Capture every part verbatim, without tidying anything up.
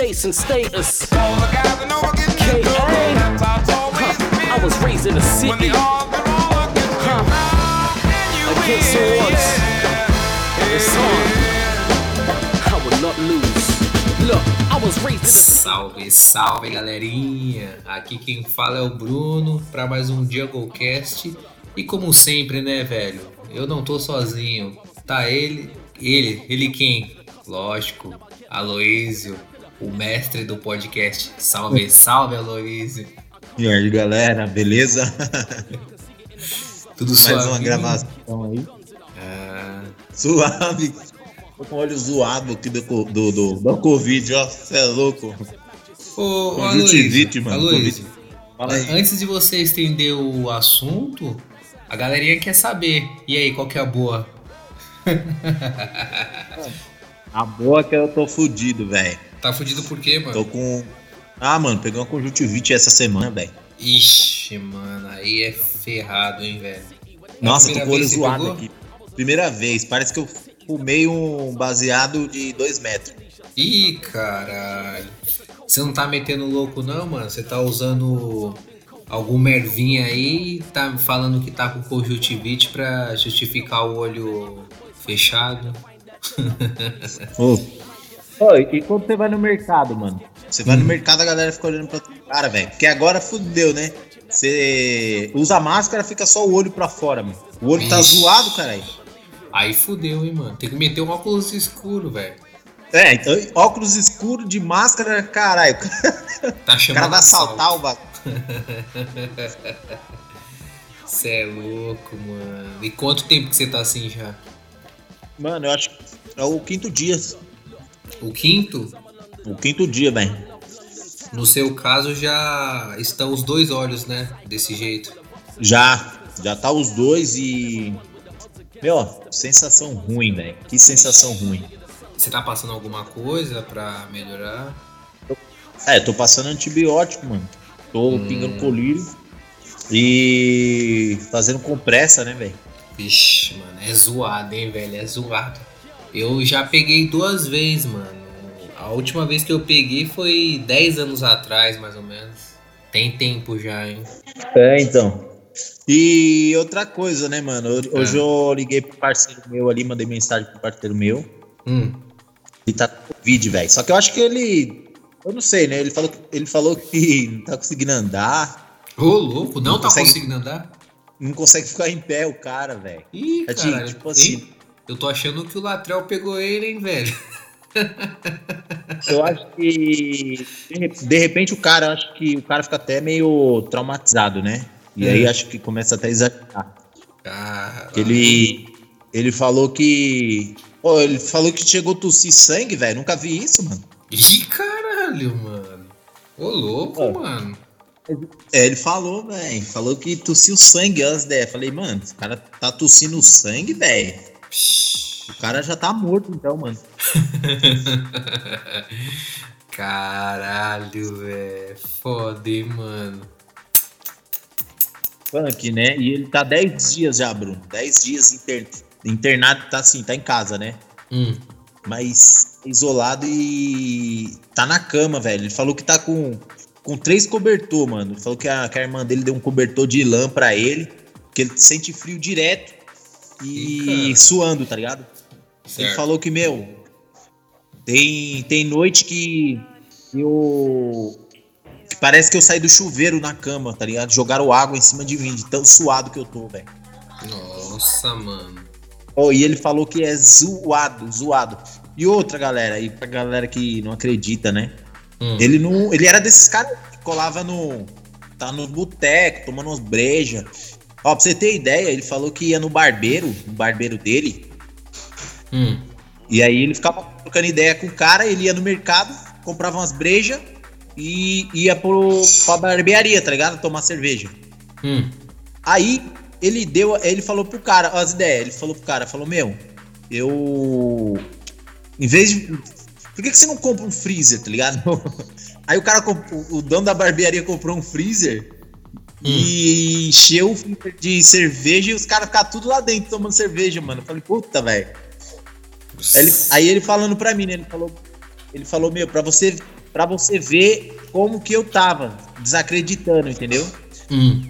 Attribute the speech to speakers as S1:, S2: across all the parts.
S1: chasing status. K A, huh, I was raised in the city. Huh, against the odds. It's on. I will not lose. Look, I was raised in the city.
S2: Salve, salve, galerinha. Aqui quem fala é o Bruno para mais um JuggleCast. E como sempre, né, velho? Eu não tô sozinho. Tá ele, ele, ele quem? Lógico, Aloísio, o mestre do podcast. Salve, salve, Aloísio.
S3: E aí, galera, beleza?
S2: Tudo suave?
S3: Mais uma gravação aí.
S2: Ah.
S3: Suave. Tô com o olho zoado aqui do, do, do, do Covid, ó. Você é louco.
S2: Ô, Aloísio,
S3: mano.
S2: Aloísio, antes de você estender o assunto, a galerinha quer saber. E aí, qual que é a boa?
S3: A boa é que eu tô fudido, velho.
S2: Tá fudido por quê, mano?
S3: Tô com... Ah, mano, peguei uma conjuntivite essa semana, velho.
S2: Ixi, mano, aí é ferrado, hein, velho.
S3: Nossa, tô com o olho zoado aqui. Primeira vez, parece que eu fumei um baseado de dois metros.
S2: Ih, caralho. Você não tá metendo louco não, mano? Você tá usando algum mervinha aí e tá falando que tá com conjuntivite pra justificar o olho fechado?
S3: Ô, oh, e quando você vai no mercado, mano? Você vai hum. no mercado, a galera fica olhando pra cara, velho. Porque agora fudeu, né? Você usa máscara, fica só o olho pra fora, mano. O olho Ixi. tá zoado, caralho.
S2: Aí fudeu, hein, mano. Tem que meter um óculos escuro, velho.
S3: É, então, óculos escuro de máscara, caralho.
S2: Tá chamando
S3: o cara vai assaltar o bagulho.
S2: Você é louco, mano. E quanto tempo que você tá assim já?
S3: Mano, eu acho que é o quinto dia.
S2: O quinto?
S3: O quinto dia, velho.
S2: No seu caso já estão os dois olhos, né? Desse jeito.
S3: Já, já tá os dois e... Meu, sensação ruim, velho. Que sensação ruim.
S2: Você tá passando alguma coisa pra melhorar?
S3: É, tô passando antibiótico, mano. Tô hum. pingando colírio e fazendo compressa, né, velho?
S2: Vixe, mano, é zoado, hein, velho? É zoado. Eu já peguei duas vezes, mano. A última vez que eu peguei foi dez anos atrás, mais ou menos. Tem tempo já, hein?
S3: É, então. E outra coisa, né, mano? Hoje é. eu liguei pro parceiro meu ali, mandei mensagem pro parceiro meu.
S2: Hum.
S3: Ele tá com Covid, velho. Só que eu acho que ele... Eu não sei, né? Ele falou, ele falou que não tá conseguindo andar.
S2: Ô, louco, não, não tá consegue... conseguindo andar?
S3: Não consegue ficar em pé o cara, velho.
S2: Ih,
S3: é
S2: cara,
S3: tipo assim.
S2: Hein? Eu tô achando que o Latrell pegou ele, hein, velho.
S3: Eu acho que de repente o cara, acho que o cara fica até meio traumatizado, né? E é. aí acho que começa até a exagerar.
S2: Ah,
S3: ele ele falou que, pô, ele falou que chegou a tossir sangue, velho. Nunca vi isso, mano.
S2: Ih, caralho, mano. Ô, louco, oh. mano.
S3: É, ele falou, velho. Falou que tossiu sangue antes, né? Falei, mano, esse cara tá tossindo sangue, velho. O cara já tá morto, então, mano.
S2: Caralho, velho. Foda, hein, mano.
S3: Punk, né? E ele tá dez dias já, Bruno. dez dias inter... internado, tá assim, tá em casa, né?
S2: Hum.
S3: Mas isolado e tá na cama, velho. Ele falou que tá com, com três cobertor, mano. Ele falou que a, que a irmã dele deu um cobertor de lã pra ele, que ele sente frio direto e Ih, suando, tá ligado? Certo. Ele falou que, meu, tem, tem noite que eu... que parece que eu saí do chuveiro na cama, tá ligado? Jogaram água em cima de mim, de tão suado que eu tô, velho.
S2: Nossa, mano.
S3: Oh, e ele falou que é zoado, zoado. E outra, galera, e pra galera que não acredita, né? Hum. Ele não, ele era desses caras que colava no... tá no boteco, tomando umas brejas. Ó, pra você ter ideia, ele falou que ia no barbeiro, no barbeiro dele.
S2: Hum.
S3: E aí ele ficava trocando ideia com o cara, ele ia no mercado, comprava umas brejas e ia pro, pra barbearia, tá ligado? Tomar cerveja.
S2: Hum.
S3: Aí ele deu, ele falou pro cara, ó, as ideias, ele falou pro cara, falou, meu, eu... Em vez de... Por que, que você não compra um freezer, tá ligado? Aí o cara, o dono da barbearia comprou um freezer hum. e encheu de cerveja e os caras ficaram tudo lá dentro tomando cerveja, mano. Eu falei, puta, velho. Aí, aí ele falando pra mim, né? Ele falou, ele falou, meu, pra você pra você ver como que eu tava, desacreditando, entendeu?
S2: Hum.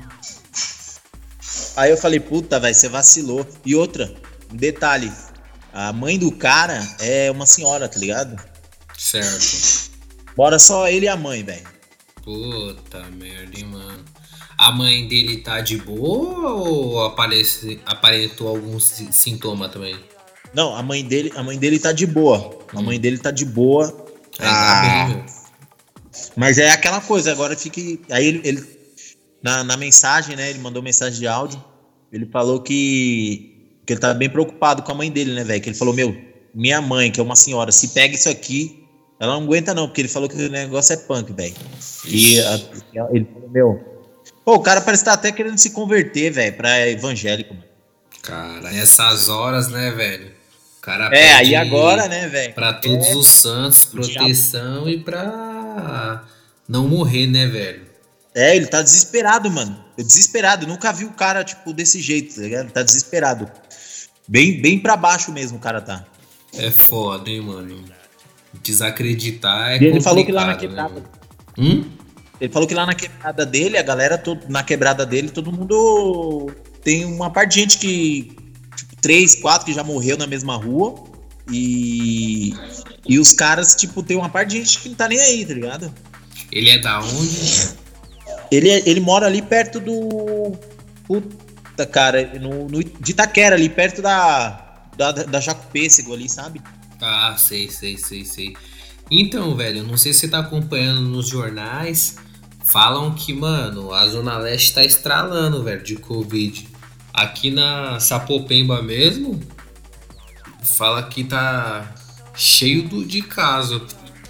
S3: Aí eu falei, puta, velho, você vacilou. E outra, um detalhe, a mãe do cara é uma senhora, tá ligado?
S2: Certo.
S3: Bora só ele e a mãe, velho.
S2: Puta merda, hein, mano. A mãe dele tá de boa ou aparece, aparentou algum si- sintoma também?
S3: Não, a mãe dele, a mãe dele tá de boa. A mãe dele tá de boa.
S2: Ainda bem, meu.
S3: Mas é aquela coisa, agora fique. Aí ele, ele na, na mensagem, né? Ele mandou mensagem de áudio. Ele falou que, que ele tá bem preocupado com a mãe dele, né, velho? Que ele falou, meu, minha mãe, que é uma senhora, se pega isso aqui, ela não aguenta, não, porque ele falou que o negócio é punk, velho. E a- ele falou, meu. Pô, o cara parece que tá até querendo se converter, velho, pra evangélico, mano.
S2: Cara, nessas horas, né, velho? O cara
S3: É, aí
S2: pede
S3: agora, né, velho?
S2: pra todos
S3: É,
S2: os santos proteção e pra não morrer, né, velho?
S3: é, ele tá desesperado, mano. Desesperado. Eu nunca vi o cara, tipo, desse jeito, tá ligado? Ele tá desesperado. Bem, bem pra baixo mesmo o cara tá.
S2: É foda, hein, mano? Desacreditar é
S3: E ele
S2: complicado,
S3: falou que lá na
S2: né,
S3: quebrada.
S2: mano? Hum?
S3: Ele falou que lá na quebrada dele, a galera, todo, na quebrada dele, todo mundo tem uma parte de gente que, tipo, três, quatro que já morreu na mesma rua. E, e os caras, tipo, tem uma parte de gente que não tá nem aí, tá ligado?
S2: Ele é da onde?
S3: Ele, é- ele mora ali perto do. Puta, cara, no, no, de Itaquera, ali perto da, da, da Jaco Pêssego ali, sabe?
S2: Ah, sei, sei, sei, sei. Então, velho, eu não sei se você tá acompanhando nos jornais. Falam que, mano, a Zona Leste tá estralando, velho, de Covid. Aqui na Sapopemba mesmo, fala que tá cheio do, de caso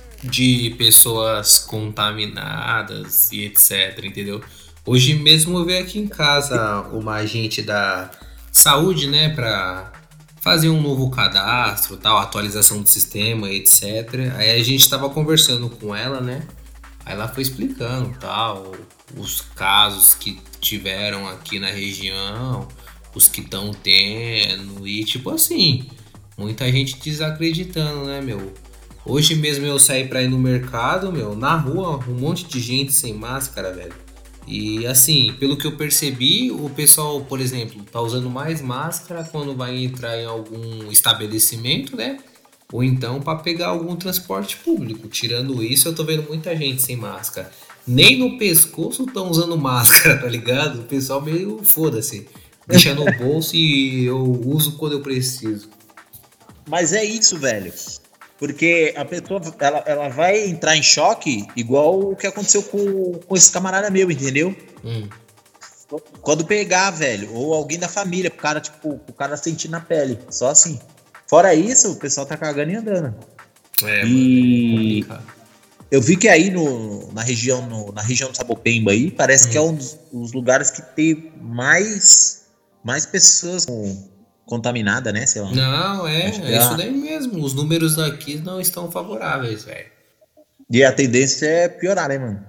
S2: de pessoas contaminadas e etc, entendeu? Hoje mesmo eu vi aqui em casa uma agente da saúde, né, pra fazer um novo cadastro, tal, atualização do sistema, etcétera. Aí a gente tava conversando com ela, né? Aí ela foi explicando, tal, os casos que tiveram aqui na região, os que estão tendo e tipo assim, muita gente desacreditando, né, meu? Hoje mesmo eu saí pra ir no mercado, meu, na rua, um monte de gente sem máscara, velho. E assim, pelo que eu percebi, o pessoal, por exemplo, tá usando mais máscara quando vai entrar em algum estabelecimento, né? Ou então para pegar algum transporte público. Tirando isso, eu tô vendo muita gente sem máscara. Nem no pescoço estão usando máscara, tá ligado? O pessoal meio foda-se. Deixa no bolso e eu uso quando eu preciso.
S3: Mas é isso, velho. Porque a pessoa, ela, ela vai entrar em choque igual o que aconteceu com, com esse camarada meu, entendeu?
S2: Hum.
S3: Quando pegar, velho, ou alguém da família, pro cara, tipo, o cara sentir na pele, só assim. Fora isso, o pessoal tá cagando e andando.
S2: É,
S3: E-
S2: mano, é complicado.
S3: Eu vi que aí no, na, região, no, na região do Sapopemba aí, parece
S2: Hum.
S3: que é um dos, dos lugares que tem mais, mais pessoas com- contaminadas, né? Sei lá.
S2: Não, é,
S3: Acho que
S2: é
S3: a-
S2: isso daí mesmo. Os números daqui não estão favoráveis, velho.
S3: E a tendência é piorar, né, mano?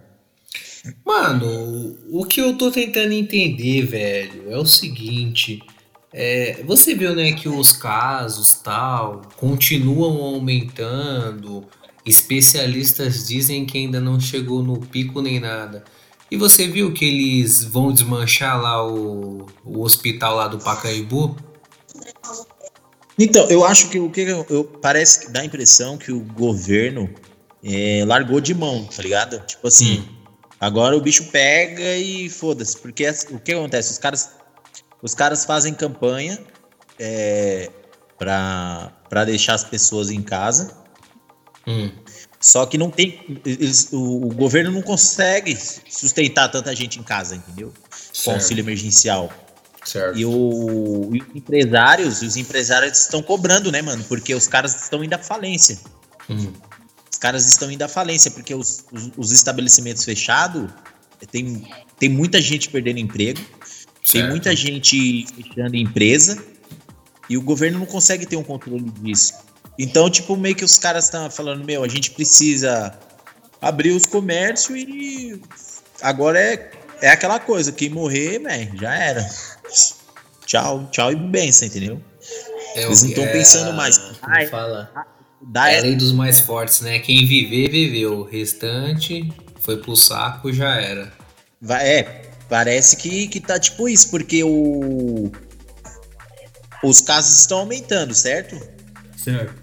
S2: Mano, o que eu tô tentando entender, velho, é o seguinte. É, você viu, né, que os casos tal continuam aumentando. Especialistas dizem que ainda não chegou no pico nem nada. E você viu que eles vão desmanchar lá o, o hospital lá do Pacaembu?
S3: Então, eu acho que o que eu, eu- parece que dá a impressão que o governo é, largou de mão, tá ligado? Tipo assim, agora o bicho pega e foda-se, porque as- o que acontece? Os caras, os caras fazem campanha é, pra, pra deixar as pessoas em casa,
S2: Hum,
S3: só que não tem, eles- o, o governo não consegue sustentar tanta gente em casa, entendeu? Com
S2: certo,
S3: auxílio emergencial.
S2: certo.
S3: E, o, e os empresários, os empresários estão cobrando, né, mano? Porque os caras estão indo à falência.
S2: Hum,
S3: Os caras estão indo à falência, porque os, os, os estabelecimentos fechados, tem, tem muita gente perdendo emprego, tem
S2: certo.
S3: muita gente fechando empresa, e o governo não consegue ter um controle disso. Então, tipo, meio que os caras estão falando, meu, a gente precisa abrir os comércios e agora é, é aquela coisa, quem morrer, velho, já era. Tchau, tchau e benção, entendeu?
S2: É,
S3: Eles não estão
S2: é,
S3: pensando mais.
S2: como
S3: Ai,
S2: fala?
S3: dá
S2: É a lei dos mais fortes, né? Quem viver, viveu. O restante foi pro saco, já era.
S3: Vai, é, parece que, que tá tipo isso, porque o, os casos estão aumentando, certo?
S2: Certo.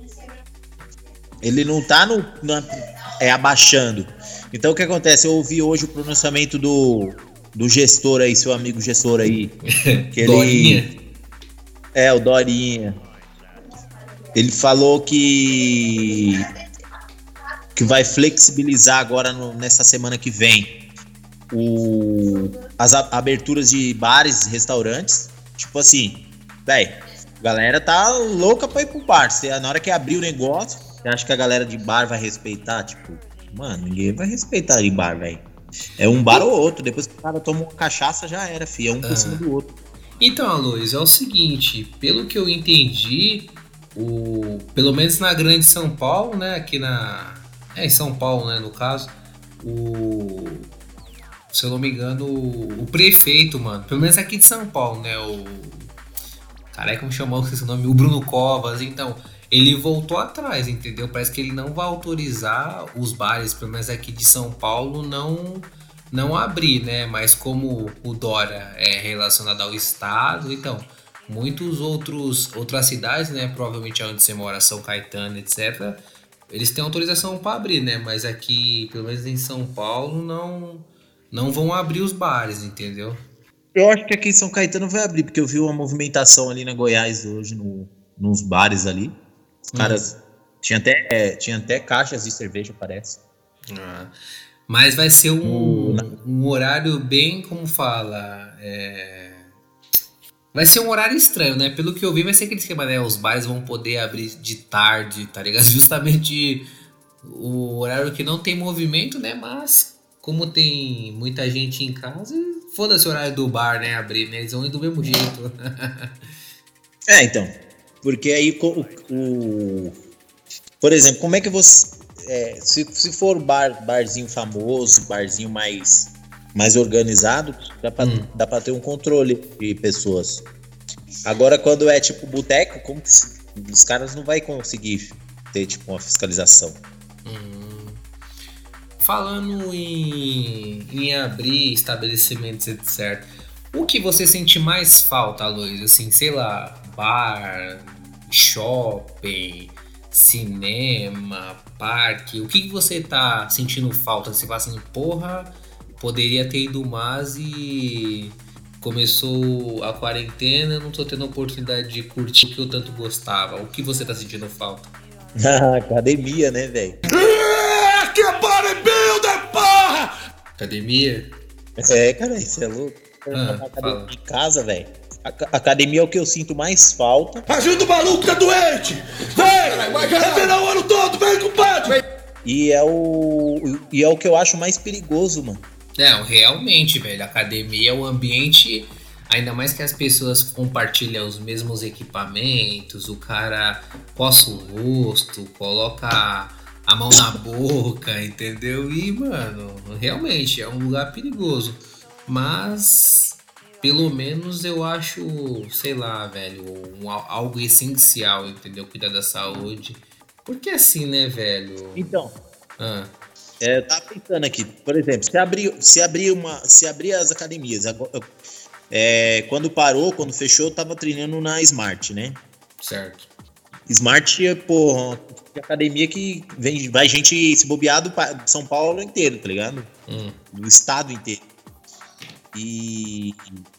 S3: Ele não tá no, na, é, abaixando. Então o que acontece? Eu ouvi hoje o pronunciamento do, do gestor aí, seu amigo gestor aí. Que
S2: Dorinha.
S3: Ele, é, o Dorinha. Ele falou que que vai flexibilizar agora no, nessa semana que vem o, as a, aberturas de bares, restaurantes. Tipo assim, velho, a galera tá louca pra ir pro bar. Você, na hora que abrir o negócio, você acha que a galera de bar vai respeitar? Tipo, mano, ninguém vai respeitar de bar, velho. É um bar ou outro. Depois que o cara toma uma cachaça, já era, fi. É um por ah. cima do outro.
S2: Então, Aloysio, é o seguinte, pelo que eu entendi, o, pelo menos na grande São Paulo, né, aqui na... É, em São Paulo, né, no caso, o... Se eu não me engano, o, o prefeito, mano, pelo menos aqui de São Paulo, né, o... Caralho, como chamou esse nome? O Bruno Covas, então, ele voltou atrás, entendeu? Parece que ele não vai autorizar os bares, pelo menos aqui de São Paulo, não... não abrir, né? Mas como o Dória é relacionado ao estado, então muitos outros outras cidades, né? Provavelmente onde você mora, São Caetano, etcétera. Eles têm autorização para abrir, né? Mas aqui, pelo menos em São Paulo, não não vão abrir os bares, entendeu?
S3: Eu acho que aqui em São Caetano vai abrir, porque eu vi uma movimentação ali na Goiás hoje no, nos bares ali. Os caras hum. tinha até é, tinha até caixas de cerveja, parece.
S2: Ah. Mas vai ser um, um horário bem, como fala, é... vai ser um horário estranho, né? Pelo que eu vi, vai ser aquele esquema, né? Os bares vão poder abrir de tarde, tá ligado? Justamente o horário que não tem movimento, né? Mas como tem muita gente em casa, foda-se o horário do bar, né? Abrir, né? Eles vão ir do mesmo jeito.
S3: É, então. Porque aí, o, o... por exemplo, como é que você... É, se, se for bar, barzinho famoso, barzinho mais, mais organizado, dá pra, hum. dá pra ter um controle de pessoas. Agora, quando é tipo boteco, como que se, os caras não vai conseguir ter tipo uma fiscalização?
S2: Hum. Falando em, em abrir estabelecimentos, etcétera. O que você sente mais falta, Aloysio? Assim, sei lá, bar, shopping, cinema, parque, o que, que você tá sentindo falta? Você fala assim, porra, poderia ter ido mais e começou a quarentena, eu não tô tendo a oportunidade de curtir o que eu tanto gostava. O que você tá sentindo falta?
S3: Academia, né, velho?
S1: É, que bodybuilder, porra!
S2: Academia?
S3: É, cara, isso é louco.
S2: Ah,
S3: academia em casa, velho. A academia é o que eu sinto mais falta.
S1: Ajuda o maluco, tá doente! Vem! Vai treinar o ano todo, vem, compadre!
S3: E é o e é o que eu acho mais perigoso, mano.
S2: Não, realmente, velho. A academia é um ambiente, ainda mais que as pessoas compartilham os mesmos equipamentos, o cara coça o rosto, coloca a mão na boca, entendeu? E, mano, realmente é um lugar perigoso. Mas... pelo menos eu acho, sei lá, velho, um, algo essencial, entendeu? Cuidar da saúde. Porque assim, né, velho?
S3: Então,
S2: ah.
S3: é, eu tava pensando aqui, por exemplo, se abrir, se abrir, uma, se abrir as academias, é, quando parou, quando fechou, eu tava treinando na Smart, né?
S2: Certo.
S3: Smart é, porra, academia que vem, vai gente se bobear do São Paulo inteiro, tá ligado?
S2: Hum.
S3: Do estado inteiro. E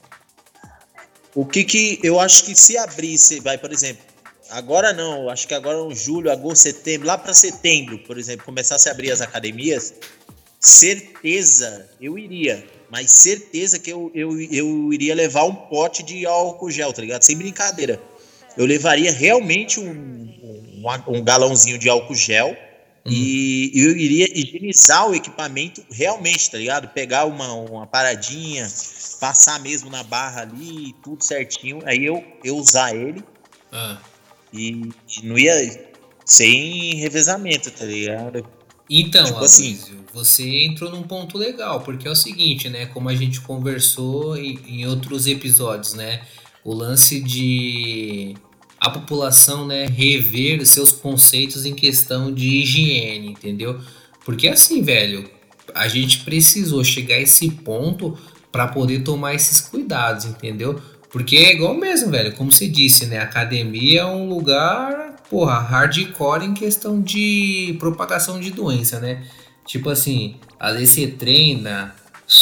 S3: o que que eu acho que se abrisse, vai, por exemplo, agora não, acho que agora em julho, agosto, setembro, lá para setembro, por exemplo, começasse a abrir as academias, certeza eu iria, mas certeza que eu, eu, eu iria levar um pote de álcool gel, tá ligado? Sem brincadeira. Eu levaria realmente um, um, um galãozinho de álcool gel. Uhum. E eu iria higienizar o equipamento realmente, tá ligado? Pegar uma, uma paradinha, passar mesmo na barra ali, tudo certinho. Aí eu, eu usar ele
S2: ah.
S3: e, e não ia sem revezamento, tá ligado?
S2: Então, tipo Aloysio, assim, você entrou num ponto legal, porque é o seguinte, né? Como a gente conversou em, em outros episódios, né? O lance de... a população, né, rever seus conceitos em questão de higiene, entendeu? Porque assim, velho, a gente precisou chegar a esse ponto para poder tomar esses cuidados, entendeu? Porque é igual mesmo, velho, como você disse, né, a academia é um lugar, porra, hardcore em questão de propagação de doença, né? Tipo assim, às vezes você treina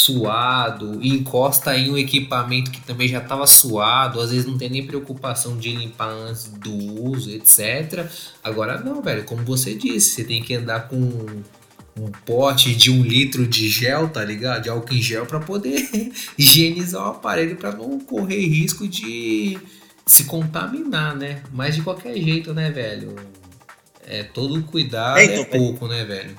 S2: suado e encosta em um equipamento que também já estava suado, às vezes não tem nem preocupação de limpar antes do uso, etcétera. Agora não, velho, como você disse, você tem que andar com um pote de um litro de gel, tá ligado? De álcool em gel para poder higienizar o aparelho para não correr risco de se contaminar, né? Mas de qualquer jeito, né, velho? É, todo cuidado é, então, é pouco, né, velho?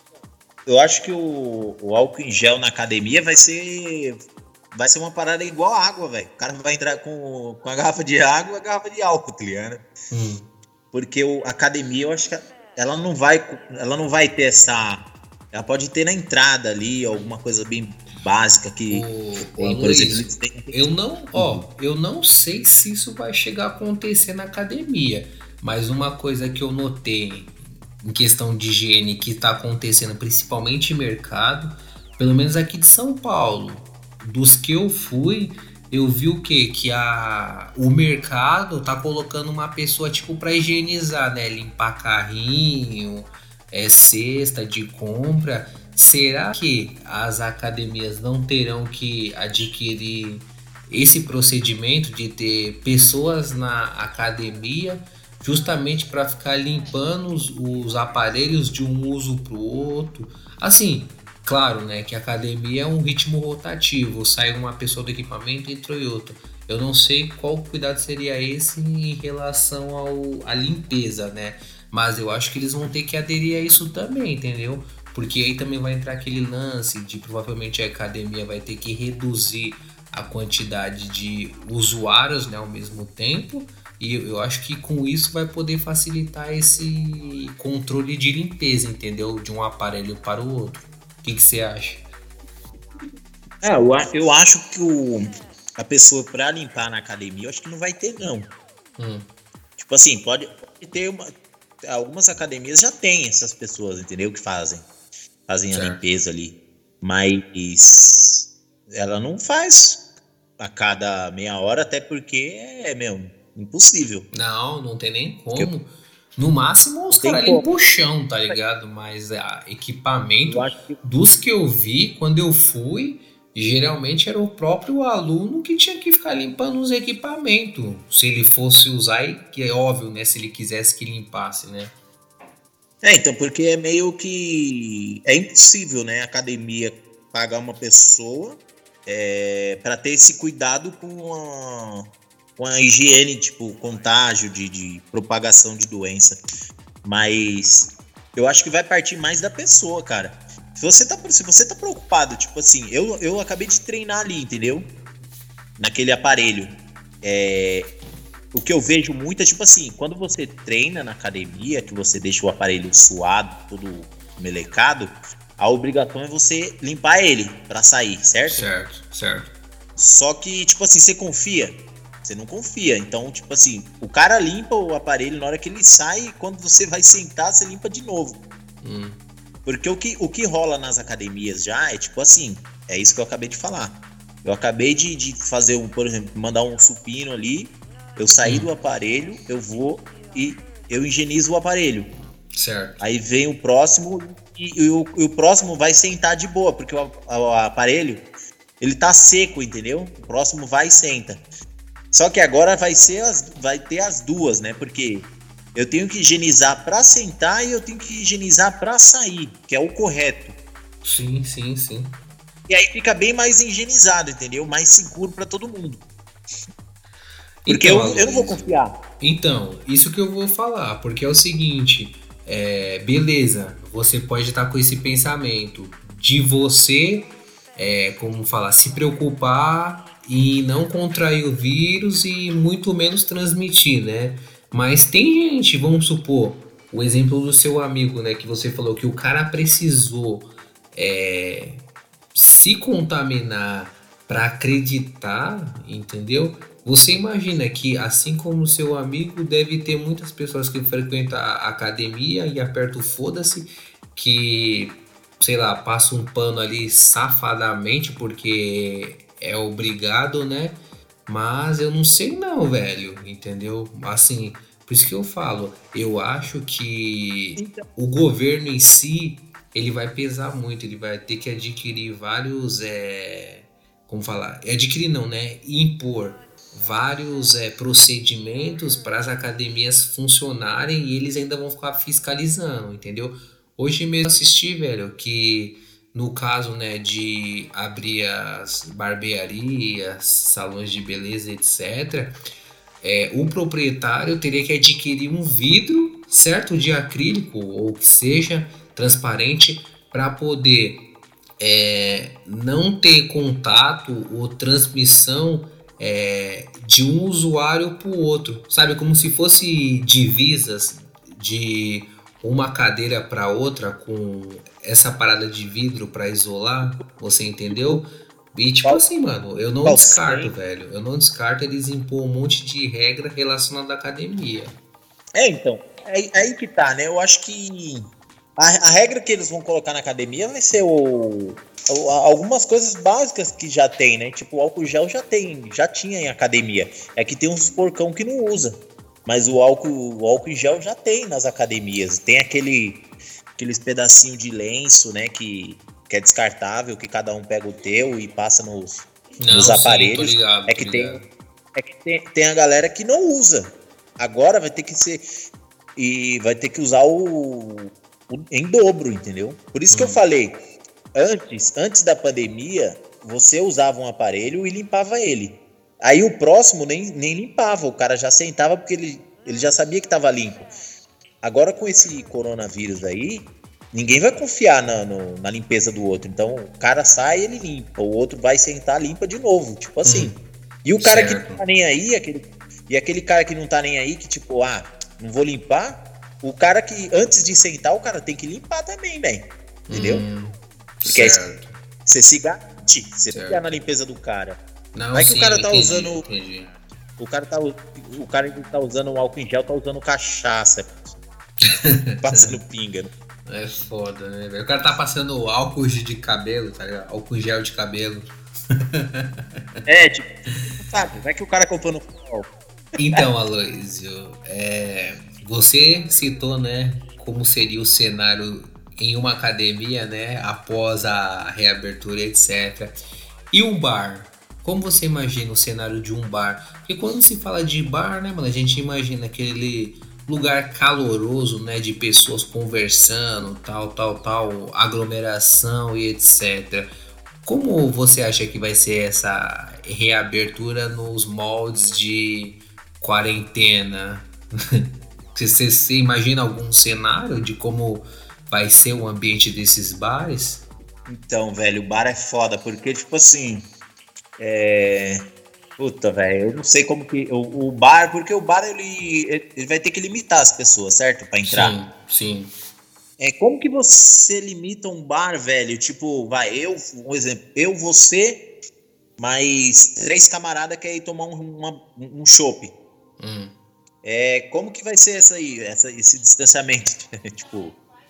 S3: Eu acho que o, o álcool em gel na academia vai ser vai ser uma parada igual a água, velho. O cara vai entrar com, com a garrafa de água e a garrafa de álcool, tá ligado? Hum. Porque o, a academia, eu acho que ela não vai ela não vai ter essa... Ela pode ter na entrada ali alguma coisa bem básica que
S2: o,
S3: tem,
S2: o
S3: por
S2: Luiz,
S3: exemplo... Tem...
S2: Eu não, ó, eu não sei se isso vai chegar a acontecer na academia, mas uma coisa que eu notei em questão de higiene que está acontecendo principalmente em mercado, pelo menos aqui de São Paulo, dos que eu fui, eu vi o que? Que a, o mercado tá colocando uma pessoa tipo para higienizar, né? Limpar carrinho, é, cesta de compra. Será que as academias não terão que adquirir esse procedimento de ter pessoas na academia justamente para ficar limpando os, os aparelhos de um uso para o outro? Assim, claro, né, que a academia é um ritmo rotativo, sai uma pessoa do equipamento e entra outra. Eu não sei qual cuidado seria esse em relação ao, à limpeza, né? Mas eu acho que eles vão ter que aderir a isso também, entendeu? Porque aí também vai entrar aquele lance de provavelmente a academia vai ter que reduzir a quantidade de usuários, né, ao mesmo tempo. E eu acho que com isso vai poder facilitar esse controle de limpeza, entendeu? De um aparelho para o outro. O que, que você acha?
S3: É, eu, eu acho que o, a pessoa para limpar na academia, eu acho que não vai ter, não. Hum. Tipo assim, pode, pode ter uma... Algumas academias já tem essas pessoas, entendeu? Que fazem. Fazem certo. A limpeza ali. Mas ela não faz a cada meia hora, até porque é mesmo impossível.
S2: Não, não tem nem como. Eu... No máximo os caras limpam o chão, tá ligado? Mas a equipamento que... dos que eu vi quando eu fui, geralmente era o próprio aluno que tinha que ficar limpando os equipamentos. Se ele fosse usar, que é óbvio, né? Se ele quisesse que limpasse, né?
S3: É, então, porque é meio que... É impossível, né? A academia pagar uma pessoa é, para ter esse cuidado com a... com a higiene, tipo, contágio de, de propagação de doença. Mas eu acho que vai partir mais da pessoa, cara. Se você tá, se você tá preocupado, tipo assim, eu, eu acabei de treinar ali, entendeu? Naquele aparelho. É, o que eu vejo muito é, tipo assim, quando você treina na academia, que você deixa o aparelho suado, todo melecado, a obrigação é você limpar ele pra sair, certo?
S2: Certo, certo.
S3: Só que, tipo assim, você confia... Você não confia, então, tipo assim, o cara limpa o aparelho na hora que ele sai e quando você vai sentar, você limpa de novo. Hum. Porque o que, o que rola nas academias já é tipo assim, é isso que eu acabei de falar. Eu acabei de, de fazer, um, por exemplo, mandar um supino ali, eu saí hum. do aparelho, eu vou e eu higienizo o aparelho.
S2: Certo.
S3: Aí vem o próximo e, e, o, e o próximo vai sentar de boa, porque o, o aparelho, ele tá seco, entendeu? O próximo vai e senta. Só que agora vai, ser as, vai ter as duas, né? Porque eu tenho que higienizar para sentar e eu tenho que higienizar para sair, que é o correto.
S2: Sim, sim, sim.
S3: E aí fica bem mais higienizado, entendeu? Mais seguro para todo mundo. Porque então, eu, eu não vou confiar.
S2: Então, isso que eu vou falar, porque é o seguinte, é, beleza, você pode estar com esse pensamento de você, é, como falar, se preocupar... e não contrair o vírus e muito menos transmitir, né? Mas tem gente, vamos supor, o exemplo do seu amigo, né? Que você falou que o cara precisou é, se contaminar para acreditar, entendeu? Você imagina que, assim como o seu amigo, deve ter muitas pessoas que frequentam a academia e apertam o foda-se, que, sei lá, passa um pano ali safadamente porque é obrigado, né? Mas eu não sei não, velho, entendeu? Assim, por isso que eu falo, eu acho que
S3: Então,
S2: o governo em si, ele vai pesar muito, ele vai ter que adquirir vários, é, como falar, adquirir não, né? Impor vários é, procedimentos para as academias funcionarem e eles ainda vão ficar fiscalizando, entendeu? Hoje mesmo assisti, velho, que no caso, né, de abrir as barbearias, salões de beleza, etcétera, é, o proprietário teria que adquirir um vidro, certo, de acrílico ou que seja transparente para poder é, não ter contato ou transmissão é, de um usuário para o outro, sabe? Como se fosse divisas de uma cadeira para outra com essa parada de vidro para isolar, você entendeu? E tipo
S3: qual,
S2: assim, mano, eu não
S3: qual
S2: descarto,
S3: tem?
S2: velho. Eu não descarto eles impor um monte de regra relacionada à academia.
S3: É, então, é aí que tá, né? Eu acho que a, a regra que eles vão colocar na academia vai ser o, o- algumas coisas básicas que já tem, né? Tipo, o álcool gel já tem, já tinha em academia. É que tem uns porcão que não usa. Mas o álcool, o álcool em gel já tem nas academias. Tem aquele, aqueles pedacinhos de lenço, né? Que, que é descartável, que cada um pega o teu e passa nos,
S2: Não,
S3: nos
S2: sim, tô
S3: aparelhos.
S2: ligado,
S3: É
S2: tô
S3: que tem,
S2: ligado.
S3: é que tem, tem a galera que não usa. Agora vai ter que ser. E vai ter que usar o, o- em dobro, entendeu? Por isso que eu
S2: Hum.
S3: falei, antes, antes da pandemia, você usava um aparelho e limpava ele. Aí o próximo nem, nem limpava, o cara já sentava porque ele, ele já sabia que estava limpo. Agora com esse coronavírus aí, ninguém vai confiar na, no- na limpeza do outro. Então o cara sai e ele limpa, o outro vai sentar, limpa de novo, tipo assim.
S2: Hum,
S3: E o cara que
S2: certo.
S3: não tá nem aí, aquele, e aquele cara que não tá nem aí, que tipo, ah, não vou limpar, o cara que antes de sentar, o cara tem que limpar também, velho. Entendeu?
S2: Hum,
S3: Porque aí
S2: certo.
S3: você se garante, você
S2: Certo.
S3: fica na limpeza do cara.
S2: Não,
S3: Vai que
S2: sim,
S3: o cara tá
S2: entendi,
S3: usando.
S2: entendi.
S3: O cara tá, o cara que tá usando um álcool em gel tá usando cachaça. Passando pinga. né?
S2: É foda, né, velho? O cara tá passando álcool de cabelo, tá ligado? Álcool gel de cabelo.
S3: É, tipo, sabe, vai que o cara comprou no futebol.
S2: Então, Aloysio, é, você citou, né, como seria o cenário em uma academia, né, após a reabertura, etcétera. E um bar? Como você imagina o cenário de um bar? Porque quando se fala de bar, né, mano, a gente imagina aquele lugar caloroso, né, de pessoas conversando, tal, tal, tal, aglomeração e etcétera. Como você acha que vai ser essa reabertura nos moldes de quarentena? Você, você imagina algum cenário de como vai ser o ambiente desses bares?
S3: Então, velho, o bar é foda, porque, tipo assim. É. Puta, velho, eu não sei como que. O, o bar, porque o bar ele, ele vai ter que limitar as pessoas, certo? Pra entrar.
S2: Sim, sim.
S3: É, como que você limita um bar, velho? Tipo, vai, eu, um exemplo, eu, você, mais três camaradas que ir tomar um, uma, um chopp.
S2: Hum.
S3: É, como que vai ser essa aí, essa, esse distanciamento? Tipo,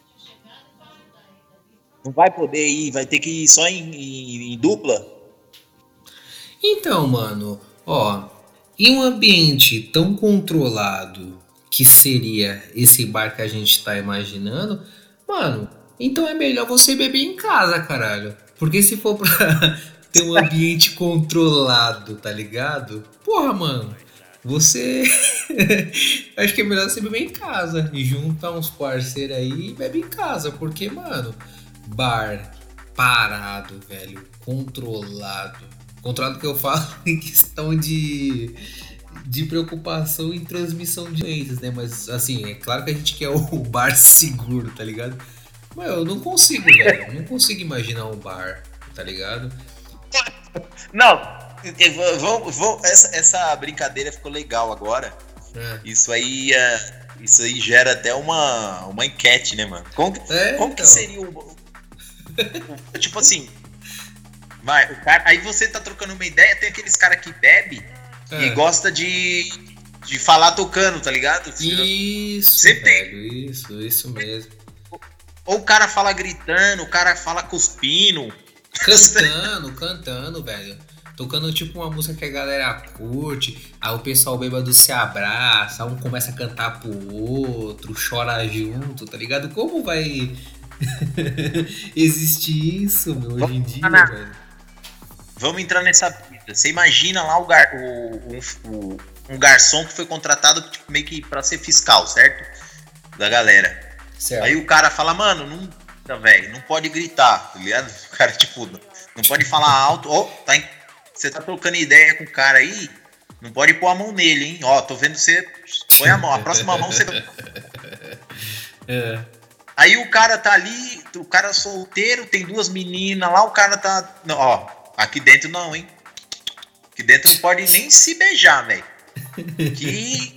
S3: não vai poder ir, vai ter que ir só em, em, em dupla?
S2: Então, mano, ó, em um ambiente tão controlado que seria esse bar que a gente tá imaginando, mano, então é melhor você beber em casa, caralho. Porque se for pra ter um ambiente controlado, tá ligado? Porra, mano, você. Acho que é melhor você beber em casa e juntar uns parceiros aí e bebe em casa, porque, mano, bar parado, velho, controlado. Controlado que eu falo em questão de, de preocupação em transmissão de doenças, né? Mas, assim, é claro que a gente quer o bar seguro, tá ligado? Mas eu não consigo, velho. Eu não consigo imaginar um bar, tá ligado?
S3: Não, vamos, vamos, essa, essa brincadeira ficou legal agora.
S2: É.
S3: Isso aí, é, isso aí gera até uma, uma enquete, né, mano? Como, que-
S2: É,
S3: como que
S2: então.
S3: seria o, o- tipo assim, Vai, o cara, aí você tá trocando uma ideia, tem aqueles caras que bebe é. e gosta de, de falar tocando, tá ligado?
S2: Isso,
S3: você
S2: velho,
S3: tem.
S2: isso, isso mesmo.
S3: Ou o cara fala gritando, o cara fala cuspindo.
S2: Cantando, cantando, velho. Tocando tipo uma música que a galera curte, aí o pessoal bêbado se abraça, um começa a cantar pro outro, chora junto, tá ligado? Como vai existir isso, meu, hoje em dia,
S3: na...
S2: velho?
S3: Vamos entrar nessa vida. Você imagina lá o, gar... o, o, um garçom que foi contratado tipo, meio que pra ser fiscal, certo? Da galera.
S2: Certo.
S3: Aí o cara fala, mano, não, velho, não pode gritar, tá ligado? O cara, tipo, não pode falar alto, ó, oh, tá em... Você tá trocando ideia com o cara aí, não pode pôr a mão nele, hein? Ó, tô vendo você, põe a mão, a próxima mão você... É. Aí o cara tá ali, o cara solteiro, tem duas meninas lá, o cara tá... Não, ó, aqui dentro não, hein? Aqui dentro não pode nem se beijar, velho. Que...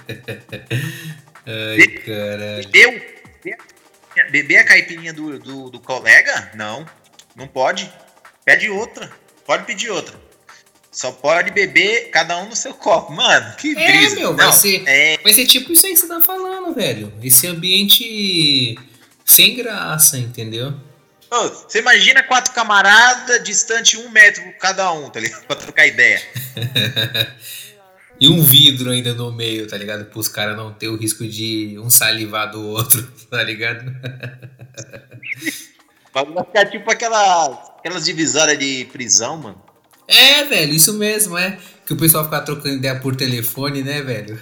S2: Ai, caralho.
S3: Bebeu, beber a caipirinha do, do, do colega? Não, não pode. Pede outra, pode pedir outra. Só pode beber cada um no seu copo. Mano, que
S2: é,
S3: brisa.
S2: Meu, vai,
S3: não,
S2: ser,
S3: é...
S2: vai ser tipo isso aí que você tá falando, velho. Esse ambiente sem graça, entendeu?
S3: Oh, você imagina quatro camaradas distante um metro cada um, tá ligado? Pra trocar ideia.
S2: E um vidro ainda no meio, tá ligado? Para os caras não ter o risco de um salivar do outro, tá ligado?
S3: Vai ficar tipo aquela, aquelas divisórias de prisão, mano.
S2: É, velho, isso mesmo, é. Que o pessoal fica trocando ideia por telefone, né, velho?